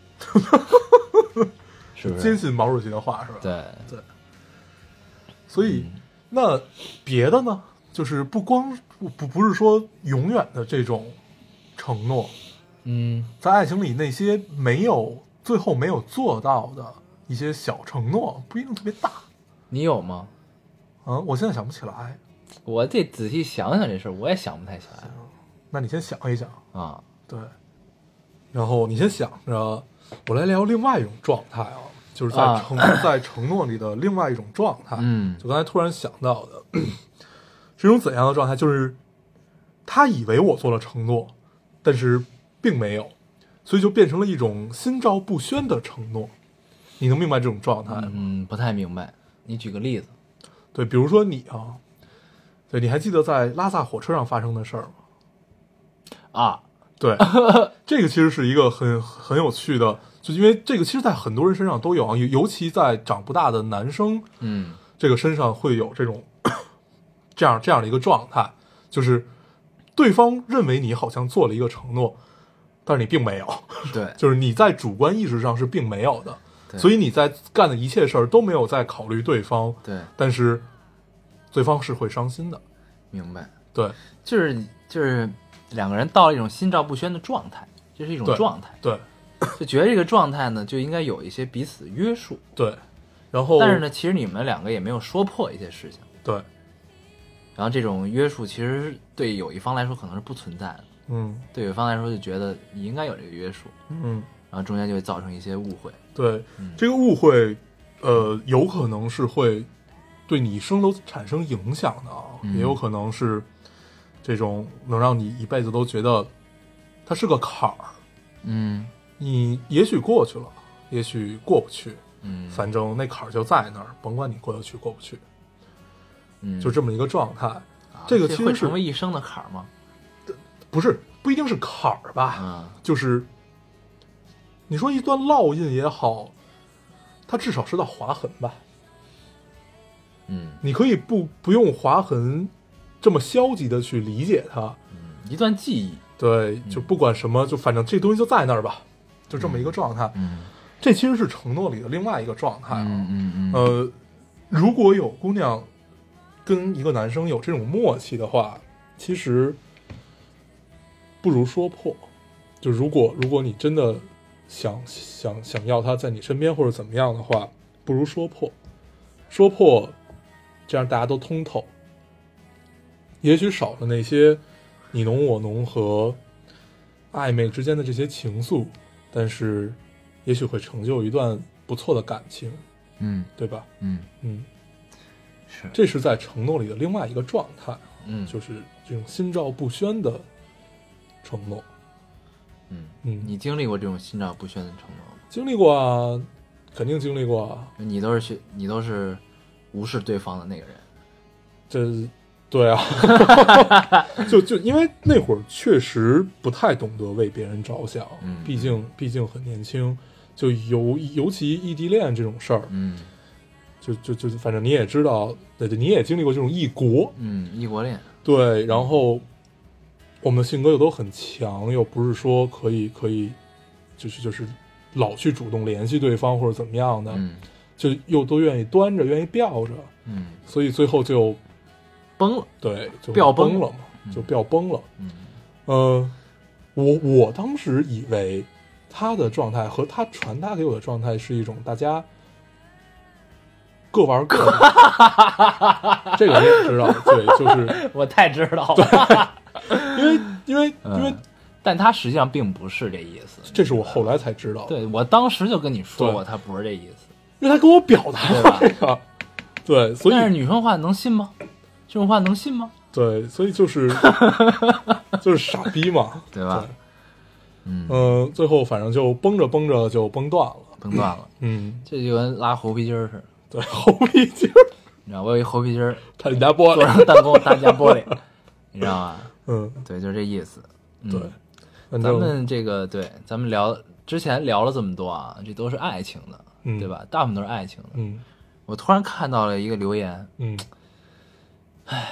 是不是？ 坚信毛主席的话是吧？ 对对。所以、嗯、那别的呢？就是不光不不是说永远的这种承诺， 嗯， 在爱情里那些没有最后没有做到的一些小承诺，不一定特别大。 你有吗？ 嗯，我现在想不起来。 我得仔细想想这事儿，我也想不太起来。 那你先想一想啊， 对。然后你先想着，我来聊另外一种状态啊，就是在承、啊、在承诺里的另外一种状态。 嗯， 就刚才突然想到的。是一种怎样的状态？就是他以为我做了承诺，但是并没有，所以就变成了一种心照不宣的承诺。你能明白这种状态吗？ 嗯，不太明白。你举个例子。 对，比如说你啊，对，你还记得在拉萨火车上发生的事儿吗？ 啊， 对，这个其实是一个很很有趣的，就因为这个其实在很多人身上都有啊，尤其在长不大的男生， 嗯， 这个身上会有这种。这样这样的一个状态，就是对方认为你好像做了一个承诺，但是你并没有。 对， 就是你在主观意识上是并没有的，所以你在干的一切事儿都没有在考虑对方。 对， 但是对方是会伤心的。 明白。 对， 就是就是两个人到了一种心照不宣的状态，这是一种状态。 对， 对就觉得这个状态呢，就应该有一些彼此约束。 对，然后但是呢，其实你们两个也没有说破一些事情。 对。 然后这种约束其实对有一方来说可能是不存在的， 嗯， 对有一方来说就觉得你应该有这个约束， 嗯， 然后中间就会造成一些误会。 对， 嗯、 这个误会，呃，有可能是会对你一生都产生影响的啊， 嗯、 也有可能是这种能让你一辈子都觉得它是个坎儿。 嗯， 你也许过去了，也许过不去， 嗯， 反正那坎儿就在那儿，甭管你过得去过不去。 嗯， 就这么一个状态， 啊、 这个其实是会成为一生的坎儿吗？ 不是，不一定是坎儿吧， 嗯， 就是你说一段烙印也好，它至少是道划痕吧。 嗯， 你可以不不用划痕这么消极的去理解它， 嗯，一段记忆， 对，就不管什么，就反正这东西就在那儿吧，就这么一个状态。 嗯， 这其实是承诺里的另外一个状态啊。 嗯嗯嗯， 呃，如果有姑娘跟一个男生有这种默契的话，其实不如说破。就如果如果你真的想想想要他在你身边或者怎么样的话，不如说破。说破，这样大家都通透。也许少了那些你侬我侬和暧昧之间的这些情愫，但是也许会成就一段不错的感情。 嗯， 对吧？ 嗯嗯。 是， 这是在承诺里的另外一个状态， 嗯， 就是这种心照不宣的承诺。 嗯嗯， 你经历过这种心照不宣的承诺吗？ 经历过啊，肯定经历过啊。 你都是学，你都是无视对方的那个人。 这，对啊，就就因为那会儿确实不太懂得为别人着想， 嗯， 毕竟毕竟很年轻，就尤尤其异地恋这种事儿， 嗯。 就就就反正你也知道，对对，你也经历过这种异国， 嗯，异国恋， 对，然后我们的性格又都很强，又不是说可以可以，就是就是老去主动联系对方或者怎么样的， 嗯， 就又都愿意端着，愿意吊着， 嗯， 所以最后就崩了， 对，就吊崩了嘛， 嗯、 就吊崩了， 嗯， 呃，我我当时以为他的状态和他传达给我的状态是一种大家各玩各的，这个你也知道，对，就是我太知道了， 因为因为、 嗯、 因为， 但他实际上并不是这意思， 这是我后来才知道的。 对，我当时就跟你说过，他不是这意思， 因为他跟我表达了这个，对，所以但是女生话能信吗？这种话能信吗？ 对，所以就是就是傻逼嘛， 对吧？嗯嗯、呃，最后反正就崩着崩着就崩断了， 崩断了， 嗯， 这就跟拉猴皮筋儿似的。 对，猴皮筋儿， 你知道我有一猴皮筋儿， 他家玻璃， 做成弹弓，他家玻璃，你知道吗？ 嗯， 对，就是这意思。嗯、 对， 咱们这个对，咱们聊之前聊了这么多啊，这都是爱情的， 嗯、 对吧？大部分都是爱情的。 嗯， 我突然看到了一个留言， 嗯， 唉，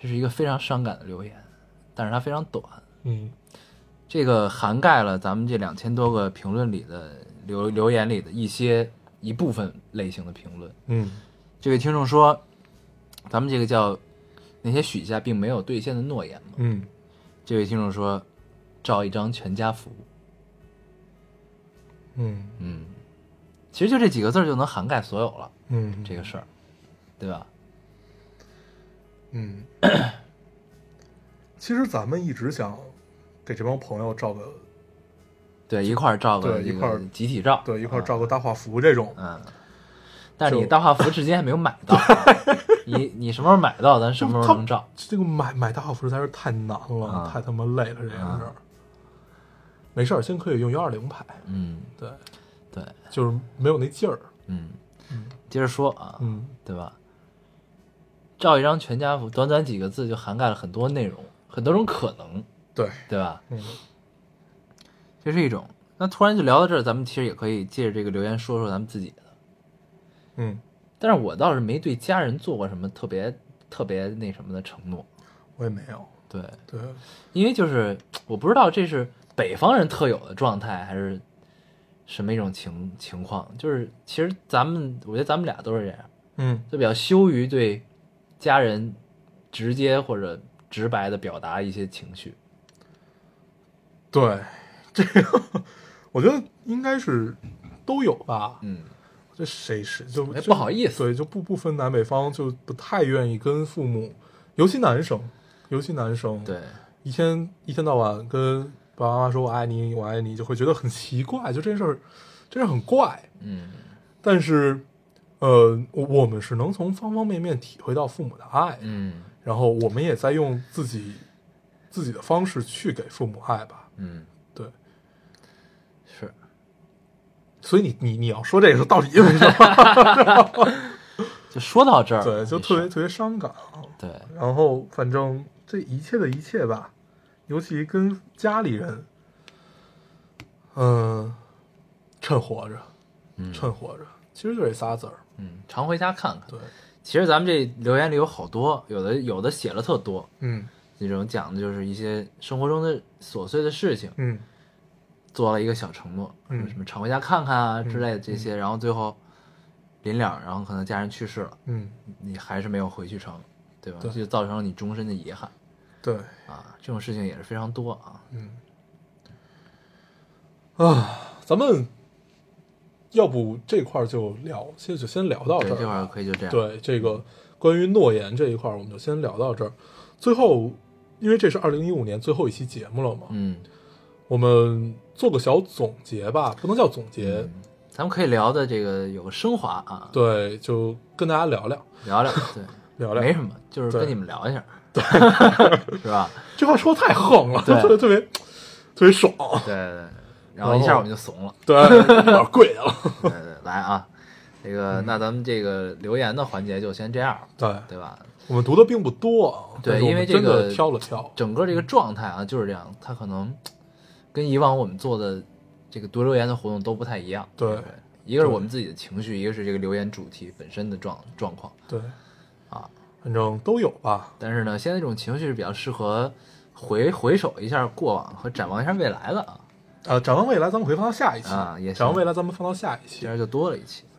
这是一个非常伤感的留言，但是它非常短。 嗯， 这个涵盖了咱们这两千多个评论里的留留言里的一些一部分类型的评论。 嗯， 这位听众说，咱们这个叫那些许下并没有兑现的诺言嘛。 嗯， 这位听众说，照一张全家福。 嗯嗯，其实就这几个字就能涵盖所有了。 嗯， 这个事儿，对吧？ 嗯，其实咱们一直想给这帮朋友照个对，一块儿照个这对一块儿个集体照， 对一块儿照个大画幅这种。 嗯，但是你就大画幅至今还没有买到，你你什么时候买到，咱什么时候能照。 这个买买大画幅实在是太难了， 啊太他妈累了，这件事儿。没事儿，先可以用幺二零拍。 嗯， 对， 对， 就是没有那劲儿。 嗯嗯接着说啊， 嗯， 对吧？照一张全家福，短短几个字就涵盖了很多内容，很多种可能， 对， 对吧？ 嗯这是一种。那突然就聊到这儿，咱们其实也可以借着这个留言说说咱们自己的。 嗯， 但是我倒是没对家人做过什么特别特别那什么的承诺。 我也没有。 对对， 因为就是我不知道这是北方人特有的状态，还是什么一种情情况。就是其实咱们，我觉得咱们俩都是这样， 嗯就比较羞于对家人直接或者直白的表达一些情绪。 对，这个我觉得应该是都有吧。 嗯， 这谁是就哎不好意思， 对，就不不分南北方，就不太愿意跟父母，尤其男生，尤其男生， 对， 一天一天到晚跟爸爸妈妈说我爱你，我爱你，就会觉得很奇怪，就这件事儿，这事儿很怪。 嗯， 但是，呃，我我们是能从方方面面体会到父母的爱， 嗯， 然后我们也在用自己自己的方式去给父母爱吧。 嗯， 对， 是。 所以你你你要说这个到底为什么？ 就说到这儿， 对，就特别特别伤感啊。 对， 然后反正这一切的一切吧，尤其跟家里人，嗯、呃，趁活着， 嗯趁活着，其实就这仨字儿。 嗯，常回家看看。 对， 其实咱们这留言里有好多，有的有的写了特多， 嗯那种讲的就是一些生活中的琐碎的事情， 嗯做了一个小承诺， 嗯说什么常回家看看啊嗯之类的这些，然后最后临了，然后可能家人去世了， 嗯， 你还是没有回去成，对吧？ 对这就造成了你终身的遗憾对， 啊！这种事情也是非常多啊。 嗯啊，咱们要不这块儿就聊，先就先聊到这对， 儿。 这会儿可以就这样。 对，这个关于诺言这一块儿，我们就先聊到这儿。最后，因为这是二零一五年最后一期节目了嘛， 嗯， 我们做个小总结吧，不能叫总结， 嗯咱们可以聊的这个有个升华啊， 对，就跟大家聊聊聊聊，对， 聊聊， 没什么，就是对跟你们聊一下，是吧？ 这话说的太横了， 对特别特别特别爽， 对对对，然后一下我们就怂了。 对，有点跪下了， 对对，来啊，这个那咱们这个留言的环节就先这样， 对， 对吧？ 我们读的并不多啊， 对但是我们因为这真的个挑了挑， 整个这个状态啊就是这样，它可能跟以往我们做的这个读留言的活动都不太一样。 对， 一个是我们自己的情绪，一个是这个留言主题本身的状状况对， 啊。 反正都有吧， 但是呢，现在这种情绪是比较适合回回首一下过往和展望一下未来的啊。 呃，展望未来咱们可以放到下一期啊也行展望未来咱们放到下一期这，样就多了一期。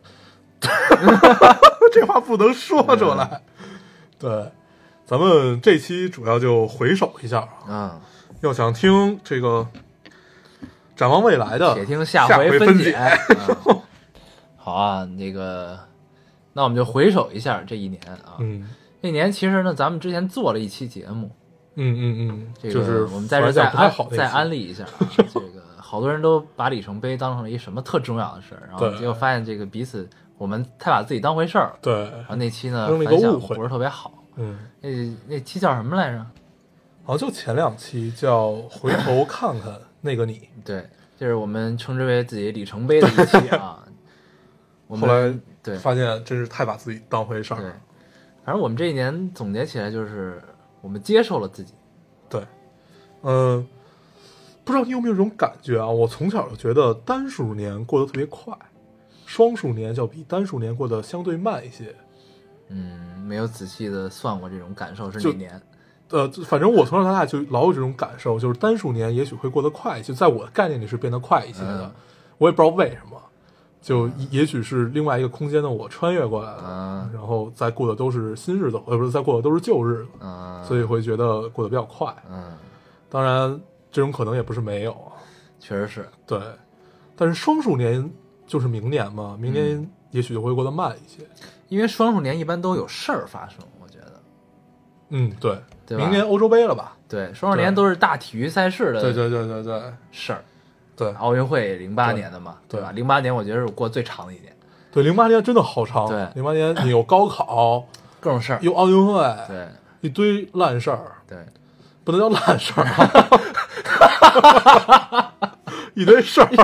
这话不能说出来。对，咱们这期主要就回首一下啊。 嗯， 要想听这个展望未来的， 且听下下回分解。 嗯好啊，那个，那我们就回首一下这一年啊。 嗯这一年其实呢，咱们之前做了一期节目， 嗯嗯嗯， 这个就是我们在这儿再不太安好那期再安利一下啊。这个好多人都把里程碑当成了一什么特重要的事儿，然后对结果发现这个彼此我们太把自己当回事儿了。 对， 然后那期呢扔了一个反响误会不是特别好。 嗯， 那那期叫什么来着？ 好像就前两期叫回头看看那个你， 对，这是我们称之为自己里程碑的一期啊。我后来们对发现真是太把自己当回事儿对了。， 反正我们这一年总结起来就是我们接受了自己。 对，嗯、不知道你有没有这种感觉啊？我从小就觉得单数年过得特别快，双数年就要比单数年过得相对慢一些。 嗯，没有仔细的算过这种感受是就哪年。 呃，反正我从小到大就老有这种感受，就是单数年也许会过得快，就在我的概念里是变得快一些的。 嗯、 我也不知道为什么，就也许是另外一个空间的我穿越过来了， 嗯、 然后再过的都是新日子，呃，不是再过的都是旧日子， 嗯、 所以会觉得过得比较快。 嗯， 当然这种可能也不是没有啊， 确实是对。但是双数年就是明年嘛，明年也许就会过得慢一些， 嗯、因为双数年一般都有事儿发生，我觉得。 嗯，对。 对吧？ 明年欧洲杯了吧？ 对，双数年都是大体育赛事的， 对对对对对事儿。 对， 奥运会零八年的嘛，对吧？零八年我觉得是我过最长的一年。 对，零八年真的好长。 对， 零八年你有高考， 各种事儿， 有奥运会， 对， 一堆烂事儿。 对， 不能叫烂事儿，一堆事儿。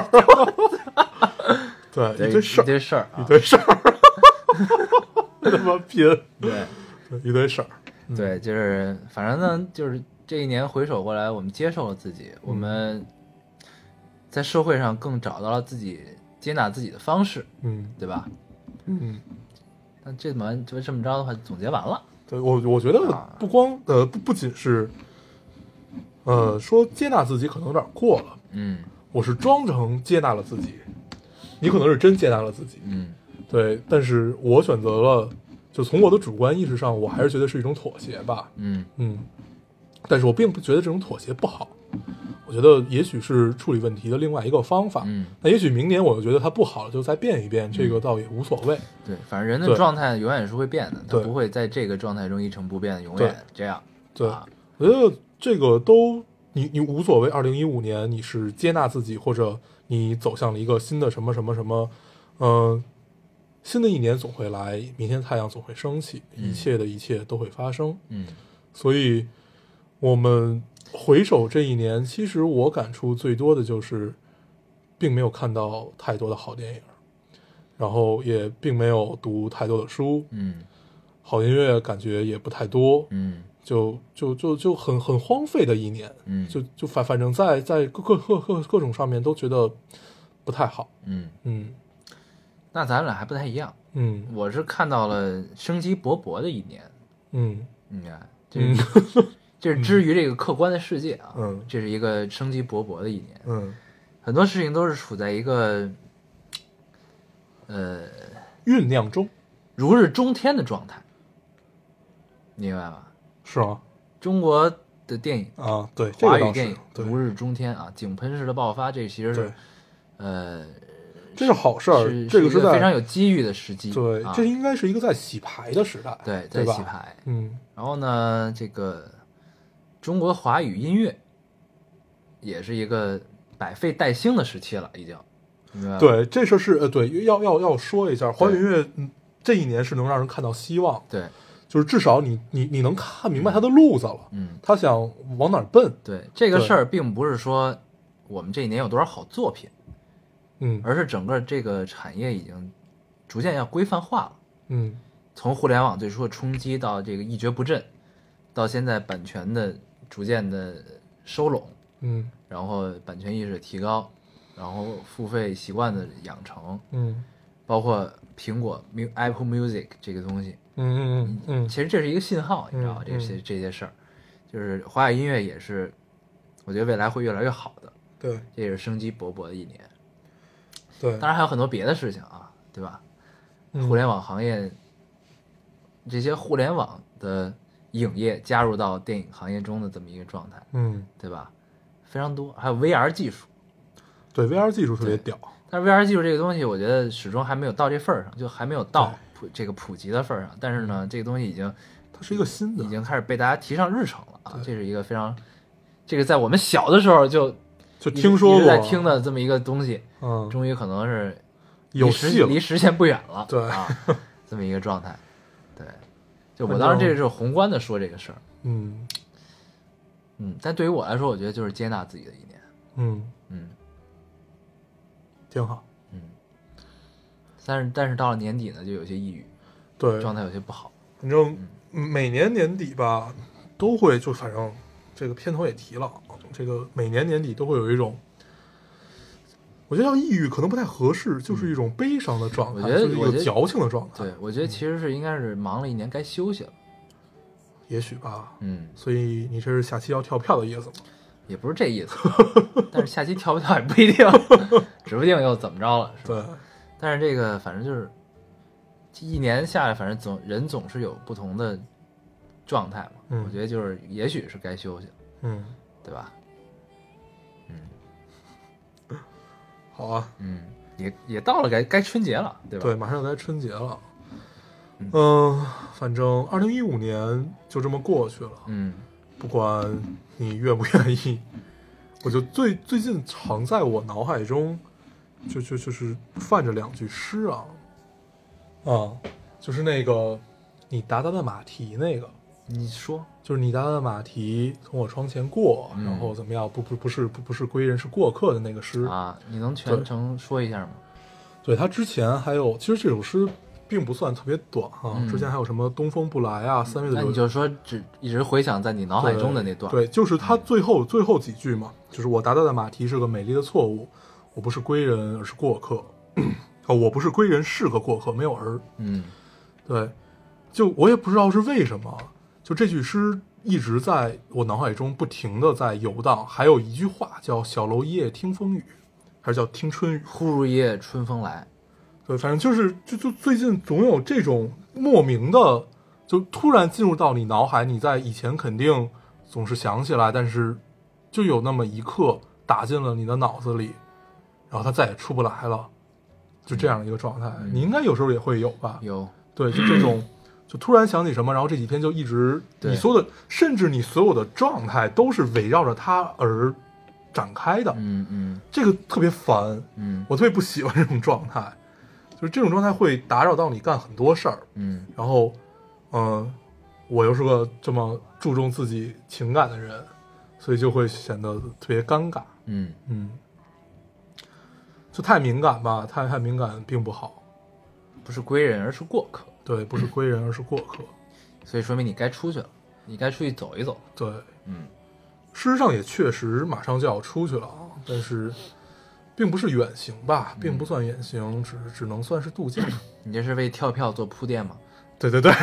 对，一堆事儿， 一堆事儿， 一堆事儿。他妈拼， 对， 一堆事儿。 对，就是反正呢，就是这一年回首过来，我们接受了自己，我们在社会上更找到了自己接纳自己的方式， 嗯， 对吧？ 嗯， 那这么就这么着的话，总结完了。 对我，我觉得不光呃不不仅是，呃说接纳自己可能有点过了， 嗯， 我是装成接纳了自己，你可能是真接纳了自己， 嗯， 对，但是我选择了。就从我的主观意识上，我还是觉得是一种妥协吧。 嗯嗯，但是我并不觉得这种妥协不好，我觉得也许是处理问题的另外一个方法。 嗯， 那也许明年我就觉得它不好了，就再变一变，这个倒也无所谓。 对，反正人的状态永远是会变的，它不会在这个状态中一成不变，永远这样。 对， 啊、 我觉得这个都你你无所谓。二零一五年你是接纳自己，或者你走向了一个新的什么什么什么，嗯、呃。新的一年总会来，明天太阳总会升起， 嗯、 一切的一切都会发生。 嗯， 所以我们回首这一年，其实我感触最多的就是，并没有看到太多的好电影，然后也并没有读太多的书。 嗯， 好音乐感觉也不太多。 嗯， 就就就就很很荒废的一年。 嗯， 就就反反正在在各各各各各种上面都觉得不太好。 嗯嗯。 那咱俩还不太一样， 嗯， 我是看到了生机勃勃的一年， 嗯， 你看，这这是之于这个客观的世界啊， 嗯， 这是一个生机勃勃的一年， 嗯， 很多事情都是处在一个呃酝酿中， 如日中天的状态，明白吧？ 是吗？ 中国的电影啊，对， 华语电影这个如日中天啊，井喷式的爆发，这其实是呃。 这是好事儿，这个是在非常有机遇的时机。 对， 啊、 这应该是一个在洗牌的时代， 对， 在洗牌。 嗯， 然后呢，这个中国华语音乐也是一个百废待兴的时期了，已经。明白吧？ 对，这事是呃，对，要要要说一下，华语音乐嗯这一年是能让人看到希望。 对， 就是至少你你你能看明白他的路子了， 嗯， 他想往哪儿奔。 对，这个事儿并不是说我们这一年有多少好作品。 嗯， 而是整个这个产业已经逐渐要规范化了。 嗯， 从互联网最初的冲击到这个一蹶不振，到现在版权的逐渐的收拢， 嗯， 然后版权意识提高，然后付费习惯的养成， 嗯， 包括苹果 Apple Music 这个东西， 嗯嗯嗯嗯， 其实这是一个信号，你知道吧？ 嗯、 这些这些事儿，就是华语音乐也是，我觉得未来会越来越好的。 对， 这也是生机勃勃的一年。 对， 当然还有很多别的事情啊，对吧？ 嗯、 互联网行业，这些互联网的影业加入到电影行业中的这么一个状态， 嗯， 对吧？非常多，还有 V R 技术， 对 V R 技术特别屌， 但是 V R 技术这个东西，我觉得始终还没有到这份儿上，就还没有到普这个普及的份儿上。但是呢，这个东西已经， 它是一个新的， 已经开始被大家提上日程了啊！这是一个非常，这个在我们小的时候就。 就听说过， 在听的这么一个东西， 嗯， 终于可能是有戏了， 离实现不远了， 对啊，这么一个状态，对，就我当然这是宏观的说这个事儿， 嗯嗯，但对于我来说，我觉得就是接纳自己的一年， 嗯嗯， 挺好， 嗯，但是但是到了年底呢，就有些抑郁， 对， 状态有些不好， 反正每年年底吧，都会就反正这个片头也提了。这个每年年底都会有一种，我觉得叫抑郁可能不太合适，就是一种悲伤的状态， 我觉得就是一个矫情的状态。 对，我觉得其实是应该是忙了一年该休息了， 也许吧。 嗯， 所以你这是下期要跳票的意思吗？ 也不是这意思，但是下期跳不跳也不一定，指不定又怎么着了，是吧？ 对。 但是这个反正就是一年下来，反正总人总是有不同的状态嘛。 嗯， 我觉得就是也许是该休息了， 嗯， 对吧？ 嗯，好啊， 嗯，也也到了该该春节了，对吧？ 对，马上该春节了。嗯、呃，反正二零一五年就这么过去了。 嗯， 不管你愿不愿意，我就最最近常在我脑海中，就就就是泛着两句诗啊，啊，就是那个你达达的马蹄那个， 你说， 就是你达达的马蹄从我窗前过， 嗯、 然后怎么样？不不不是不不是归人是过客的那个诗啊，你能全程说一下吗？ 对，他之前还有，其实这首诗并不算特别短哈、嗯，之前还有什么东风不来啊，三月的。 那你就说只一直回想在你脑海中的那段。 对，对就是他最后、嗯、最后几句嘛，就是我达达的马蹄是个美丽的错误，我不是归人而是过客，哦，我不是归人是个过客，没有儿。 嗯， 对，就我也不知道是为什么，就这句诗一直在我脑海中不停的在游荡。还有一句话叫小楼一夜听风雨，还是叫听春雨？ 忽如一夜春风来。 对，反正就是就就最近总有这种莫名的，就突然进入到你脑海，你在以前肯定总是想起来，但是就有那么一刻打进了你的脑子里，然后它再也出不来了，就这样一个状态。嗯、你应该有时候也会有吧？ 有， 对，就这种，就突然想起什么，然后这几天就一直你所有的，甚至你所有的状态都是围绕着它而展开的。 嗯嗯， 这个特别烦， 嗯， 我特别不喜欢这种状态。就是这种状态会打扰到你干很多事儿， 嗯， 然后，嗯、呃，我又是个这么注重自己情感的人，所以就会显得特别尴尬， 嗯嗯，就太敏感吧，太太敏感并不好， 不是归人而是过客， 对，不是归人而是过客， 所以说明你该出去了，你该出去走一走， 对， 嗯， 事实上也确实马上就要出去了啊，但是。并不是远行吧，并不算远行，嗯、只只能算是度假。 你这是为跳票做铺垫吗？ 对对对，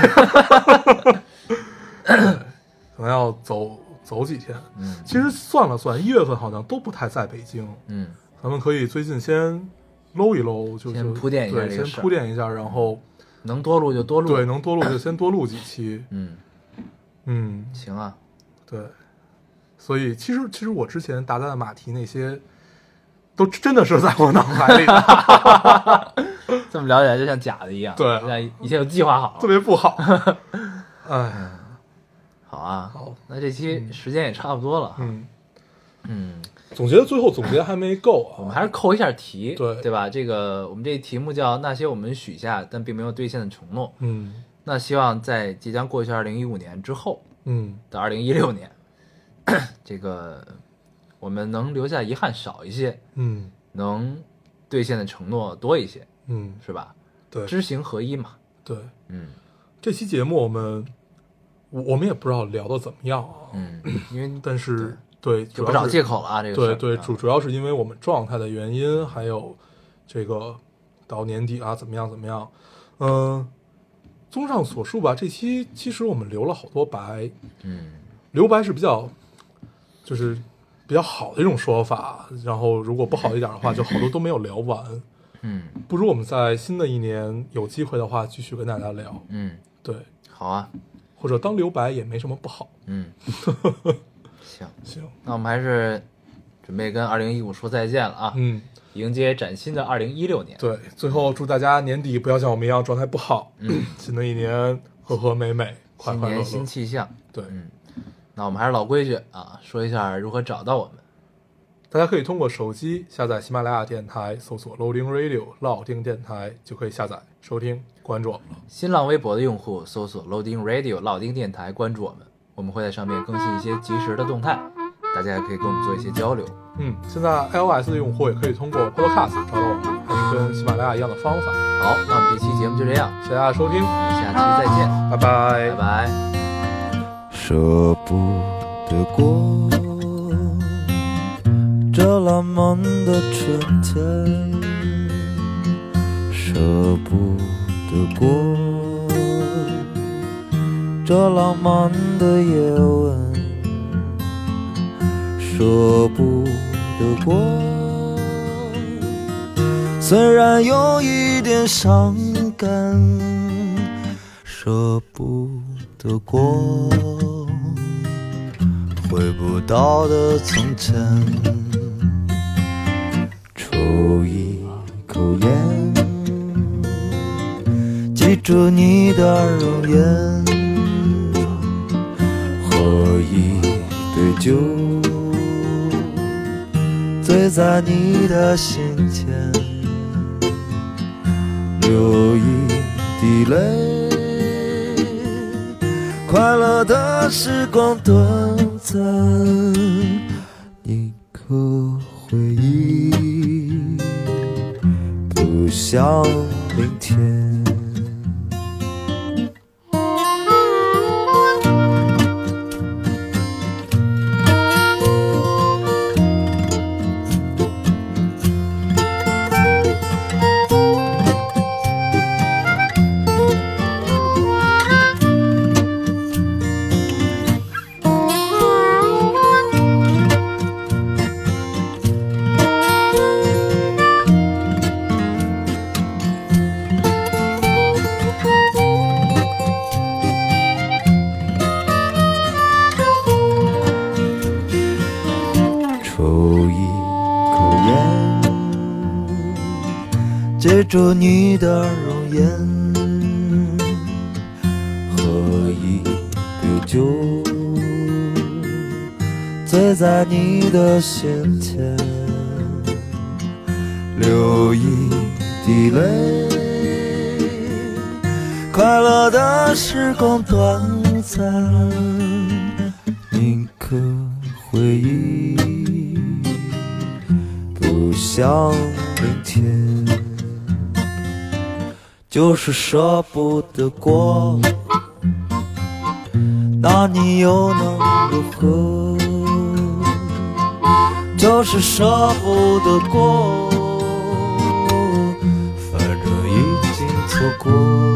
可能要走走几天。 嗯， 其实算了算，一月份好像都不太在北京。 嗯， 咱们可以最近先搂一搂，就先铺垫一下这个事， 先铺垫一下，然后能多录就多录， 对，能多录就先多录几期。 嗯嗯， 行啊， 对。所以其实其实我之前达达的马蹄那些。都真的是在我脑海里的， 这么聊起来就像假的一样， 对， 像以前有计划好， 特别不好。哎， 好啊， 好， 那这期时间也差不多了， 嗯嗯， 总结最后总结还没够啊， 我们还是扣一下题， 对对吧？这个我们这题目叫那些我们许下但并没有兑现的承诺， 嗯， 那希望在即将过去二零一五年之后， 嗯的二零一六年，这个。我们能留下遗憾少一些， 嗯， 能兑现的承诺多一些， 嗯， 是吧？ 对， 知行合一嘛。 对， 嗯， 这期节目我们我们也不知道聊的怎么样啊， 嗯，因为但是对， 就不找借口了啊，这个对对，主主要是因为我们状态的原因，还有这个到年底啊怎么样怎么样，嗯，综上所述吧，这期其实我们留了好多白， 嗯， 留白是比较就是比较好的一种说法，然后如果不好一点的话，就好多都没有聊完。 嗯， 不如我们在新的一年有机会的话，继续跟大家聊。 嗯， 对， 好啊， 或者当留白也没什么不好。 嗯，行行， 那我们还是准备跟二零一五说再见了啊。 嗯， 迎接崭新的二零一六年。 对，最后祝大家年底不要像我们一样状态不好。 嗯， 新的一年和和美美，快快乐乐， 新年新气象。 对， 嗯。那我们还是老规矩啊，说一下如何找到我们。 大家可以通过手机下载喜马拉雅电台，搜索 Loading Radio 老丁电台，就可以下载收听，关注我们了。 新浪微博的用户搜索 Loading Radio 老丁电台，关注我们，我们会在上面更新一些即时的动态，大家也可以跟我们做一些交流。 嗯，现在 iOS 的用户也可以通过 Podcast 找到我们，还是跟喜马拉雅一样的方法。 好，那我们这期节目就这样， 谢谢大家收听， 下期再见， 拜拜， 拜拜。 舍不得过这浪漫的春天，舍不得过这浪漫的夜晚，舍不得过，虽然有一点伤感，舍不得过回不到的从前。抽一口烟，记住你的容颜，喝一杯酒，醉在你的心间，流一滴泪，快乐的时光短暂，一颗回忆不想明天。记住你的容颜，喝一杯酒，醉在你的心间，流一滴泪，快乐的时光短暂，宁可回忆不想明天。就是舍不得过，那你又能如何？就是舍不得过，反正已经错过。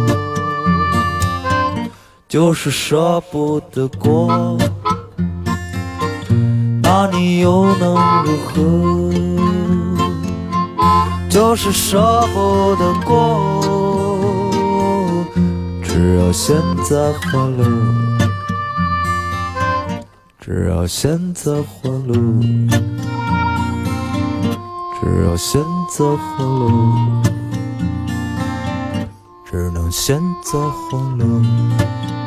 就是舍不得过，那你又能如何？就是舍不得过，只要现在欢乐，只要现在欢乐，只要现在欢乐，只能现在欢乐。